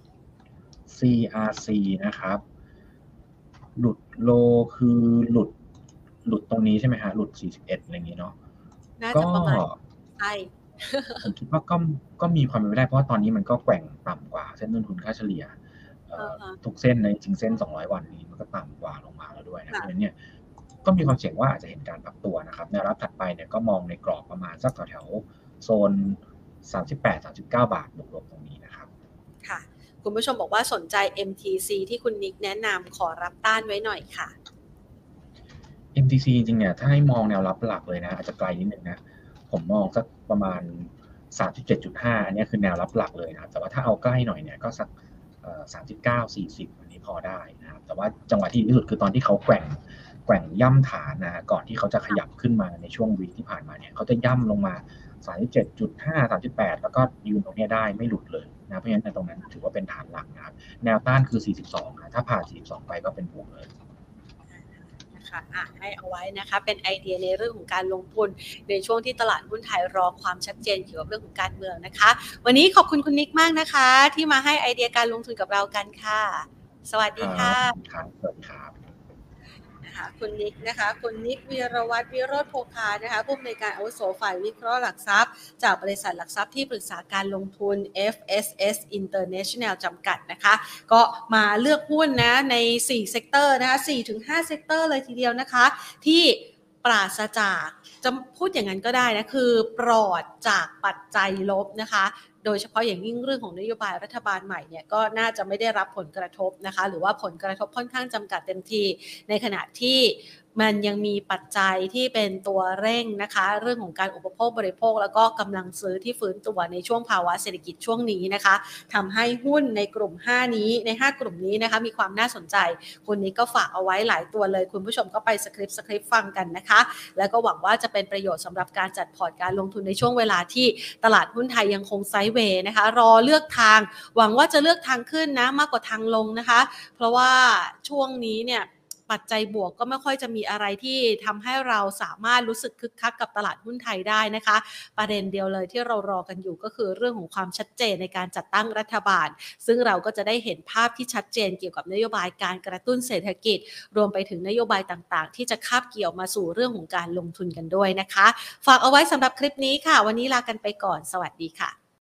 CRC นะครับหลุดโลคือหลุดตรงนี้ใช่ไหมฮะหลุด41อะไรอย่างนี้เนาะน่าจะประมาณใช่ผมคิดว่าก็มีความเป็นไปได้เพราะว่าตอนนี้มันก็แกว่งต่ำกว่าเส้นต้นทุนค่าเฉลี่ยทุกเส้นในจริงเส้น200วันนี้มันก็ต่ำกว่าลงมาแล้วด้วยนะเพราะฉะนั้นเนี่ยก็มีความเสี่ยงว่าอาจจะเห็นการปรับตัวนะครับแนวรับถัดไปเนี่ยก็มองในกรอบประมาณสักแถวโซน 38-39 บาทบวกๆตรงนี้นะครับค่ะคุณผู้ชมบอกว่าสนใจ MTC ที่คุณนิกแนะนำขอรับต้านไว้หน่อยค่ะ MTC จริงๆเนี่ยถ้าให้มองแนวรับหลักเลยนะอาจจะไกลนิดนึงนะผมมองสักประมาณ 37.5 อันนี้คือแนวรับหลักเลยนะแต่ว่าถ้าเอาใกล้หน่อยเนี่ยก็สัก39-40 อันนี้พอได้นะครับแต่ว่าจังหวะที่ดีที่สุดคือตอนที่เขาแกว่งย่ำฐานนะก่อนที่เขาจะขยับขึ้นมาในช่วงวีคที่ผ่านมาเนี่ยเขาจะย่ำลงมา 37.5 38 แล้วก็ยืนตรงนี้ได้ไม่หลุดเลยนะเพราะฉะนั้นในตรงนั้นถือว่าเป็นฐานหลักนะครับแนวต้านคือ 42 นะถ้าผ่าน 42 ไปก็เป็นบวกเลยให้เอาไว้นะคะเป็นไอเดียในเรื่องของการลงทุนในช่วงที่ตลาดหุ้นไทยรอความชัดเจนเกี่ยวกับเรื่องของการเมืองนะคะวันนี้ขอบคุณคุณนิกมากนะคะที่มาให้ไอเดียการลงทุนกับเรากันค่ะสวัสดีค่ะสวัสดีครับคุณนิกนะคะคุณนิกวีรวัฒน์วิโรจน์โภคานะคะผู้อำนวยการอาวุโสฝ่ายวิเคราะห์หลักทรัพย์จากบริษัทหลักทรัพย์ที่ปรึกษาการลงทุน FSS International จำกัดนะคะก็มาเลือกหุ้นนะใน4เซกเตอร์นะคะ 4-5 เซกเตอร์เลยทีเดียวนะคะที่ปราศจากจะพูดอย่างนั้นก็ได้นะคือปลอดจากปัจจัยลบนะคะโดยเฉพาะอย่างยิ่งเรื่องของนโยบายรัฐบาลใหม่เนี่ยก็น่าจะไม่ได้รับผลกระทบนะคะหรือว่าผลกระทบค่อนข้างจำกัดเต็มทีในขณะที่มันยังมีปัจจัยที่เป็นตัวเร่งนะคะเรื่องของการอุปโภคบริโภคแล้วก็กำลังซื้อที่ฟื้นตัวในช่วงภาวะเศรษฐกิจช่วงนี้นะคะทำให้หุ้นในกลุ่ม5นี้ใน5กลุ่มนี้นะคะมีความน่าสนใจคนนี้ก็ฝากเอาไว้หลายตัวเลยคุณผู้ชมก็ไปสคริปต์ฟังกันนะคะแล้วก็หวังว่าจะเป็นประโยชน์สำหรับการจัดพอร์ตการลงทุนในช่วงเวลาที่ตลาดหุ้นไทยยังคงไซด์เวย์นะคะรอเลือกทางหวังว่าจะเลือกทางขึ้นนะมากกว่าทางลงนะคะเพราะว่าช่วงนี้เนี่ยปัจจัยบวกก็ไม่ค่อยจะมีอะไรที่ทำให้เราสามารถรู้สึกคึกคักกับตลาดหุ้นไทยได้นะคะประเด็นเดียวเลยที่เรารอกันอยู่ก็คือเรื่องของความชัดเจนในการจัดตั้งรัฐบาลซึ่งเราก็จะได้เห็นภาพที่ชัดเจนเกี่ยวกับนโยบายการกระตุ้นเศรษฐกิจรวมไปถึงนโยบายต่างๆที่จะคาบเกี่ยวมาสู่เรื่องของการลงทุนกันด้วยนะคะฝากเอาไว้สำหรับคลิปนี้ค่ะวันนี้ลากันไปก่อนสวัสดีค่ะ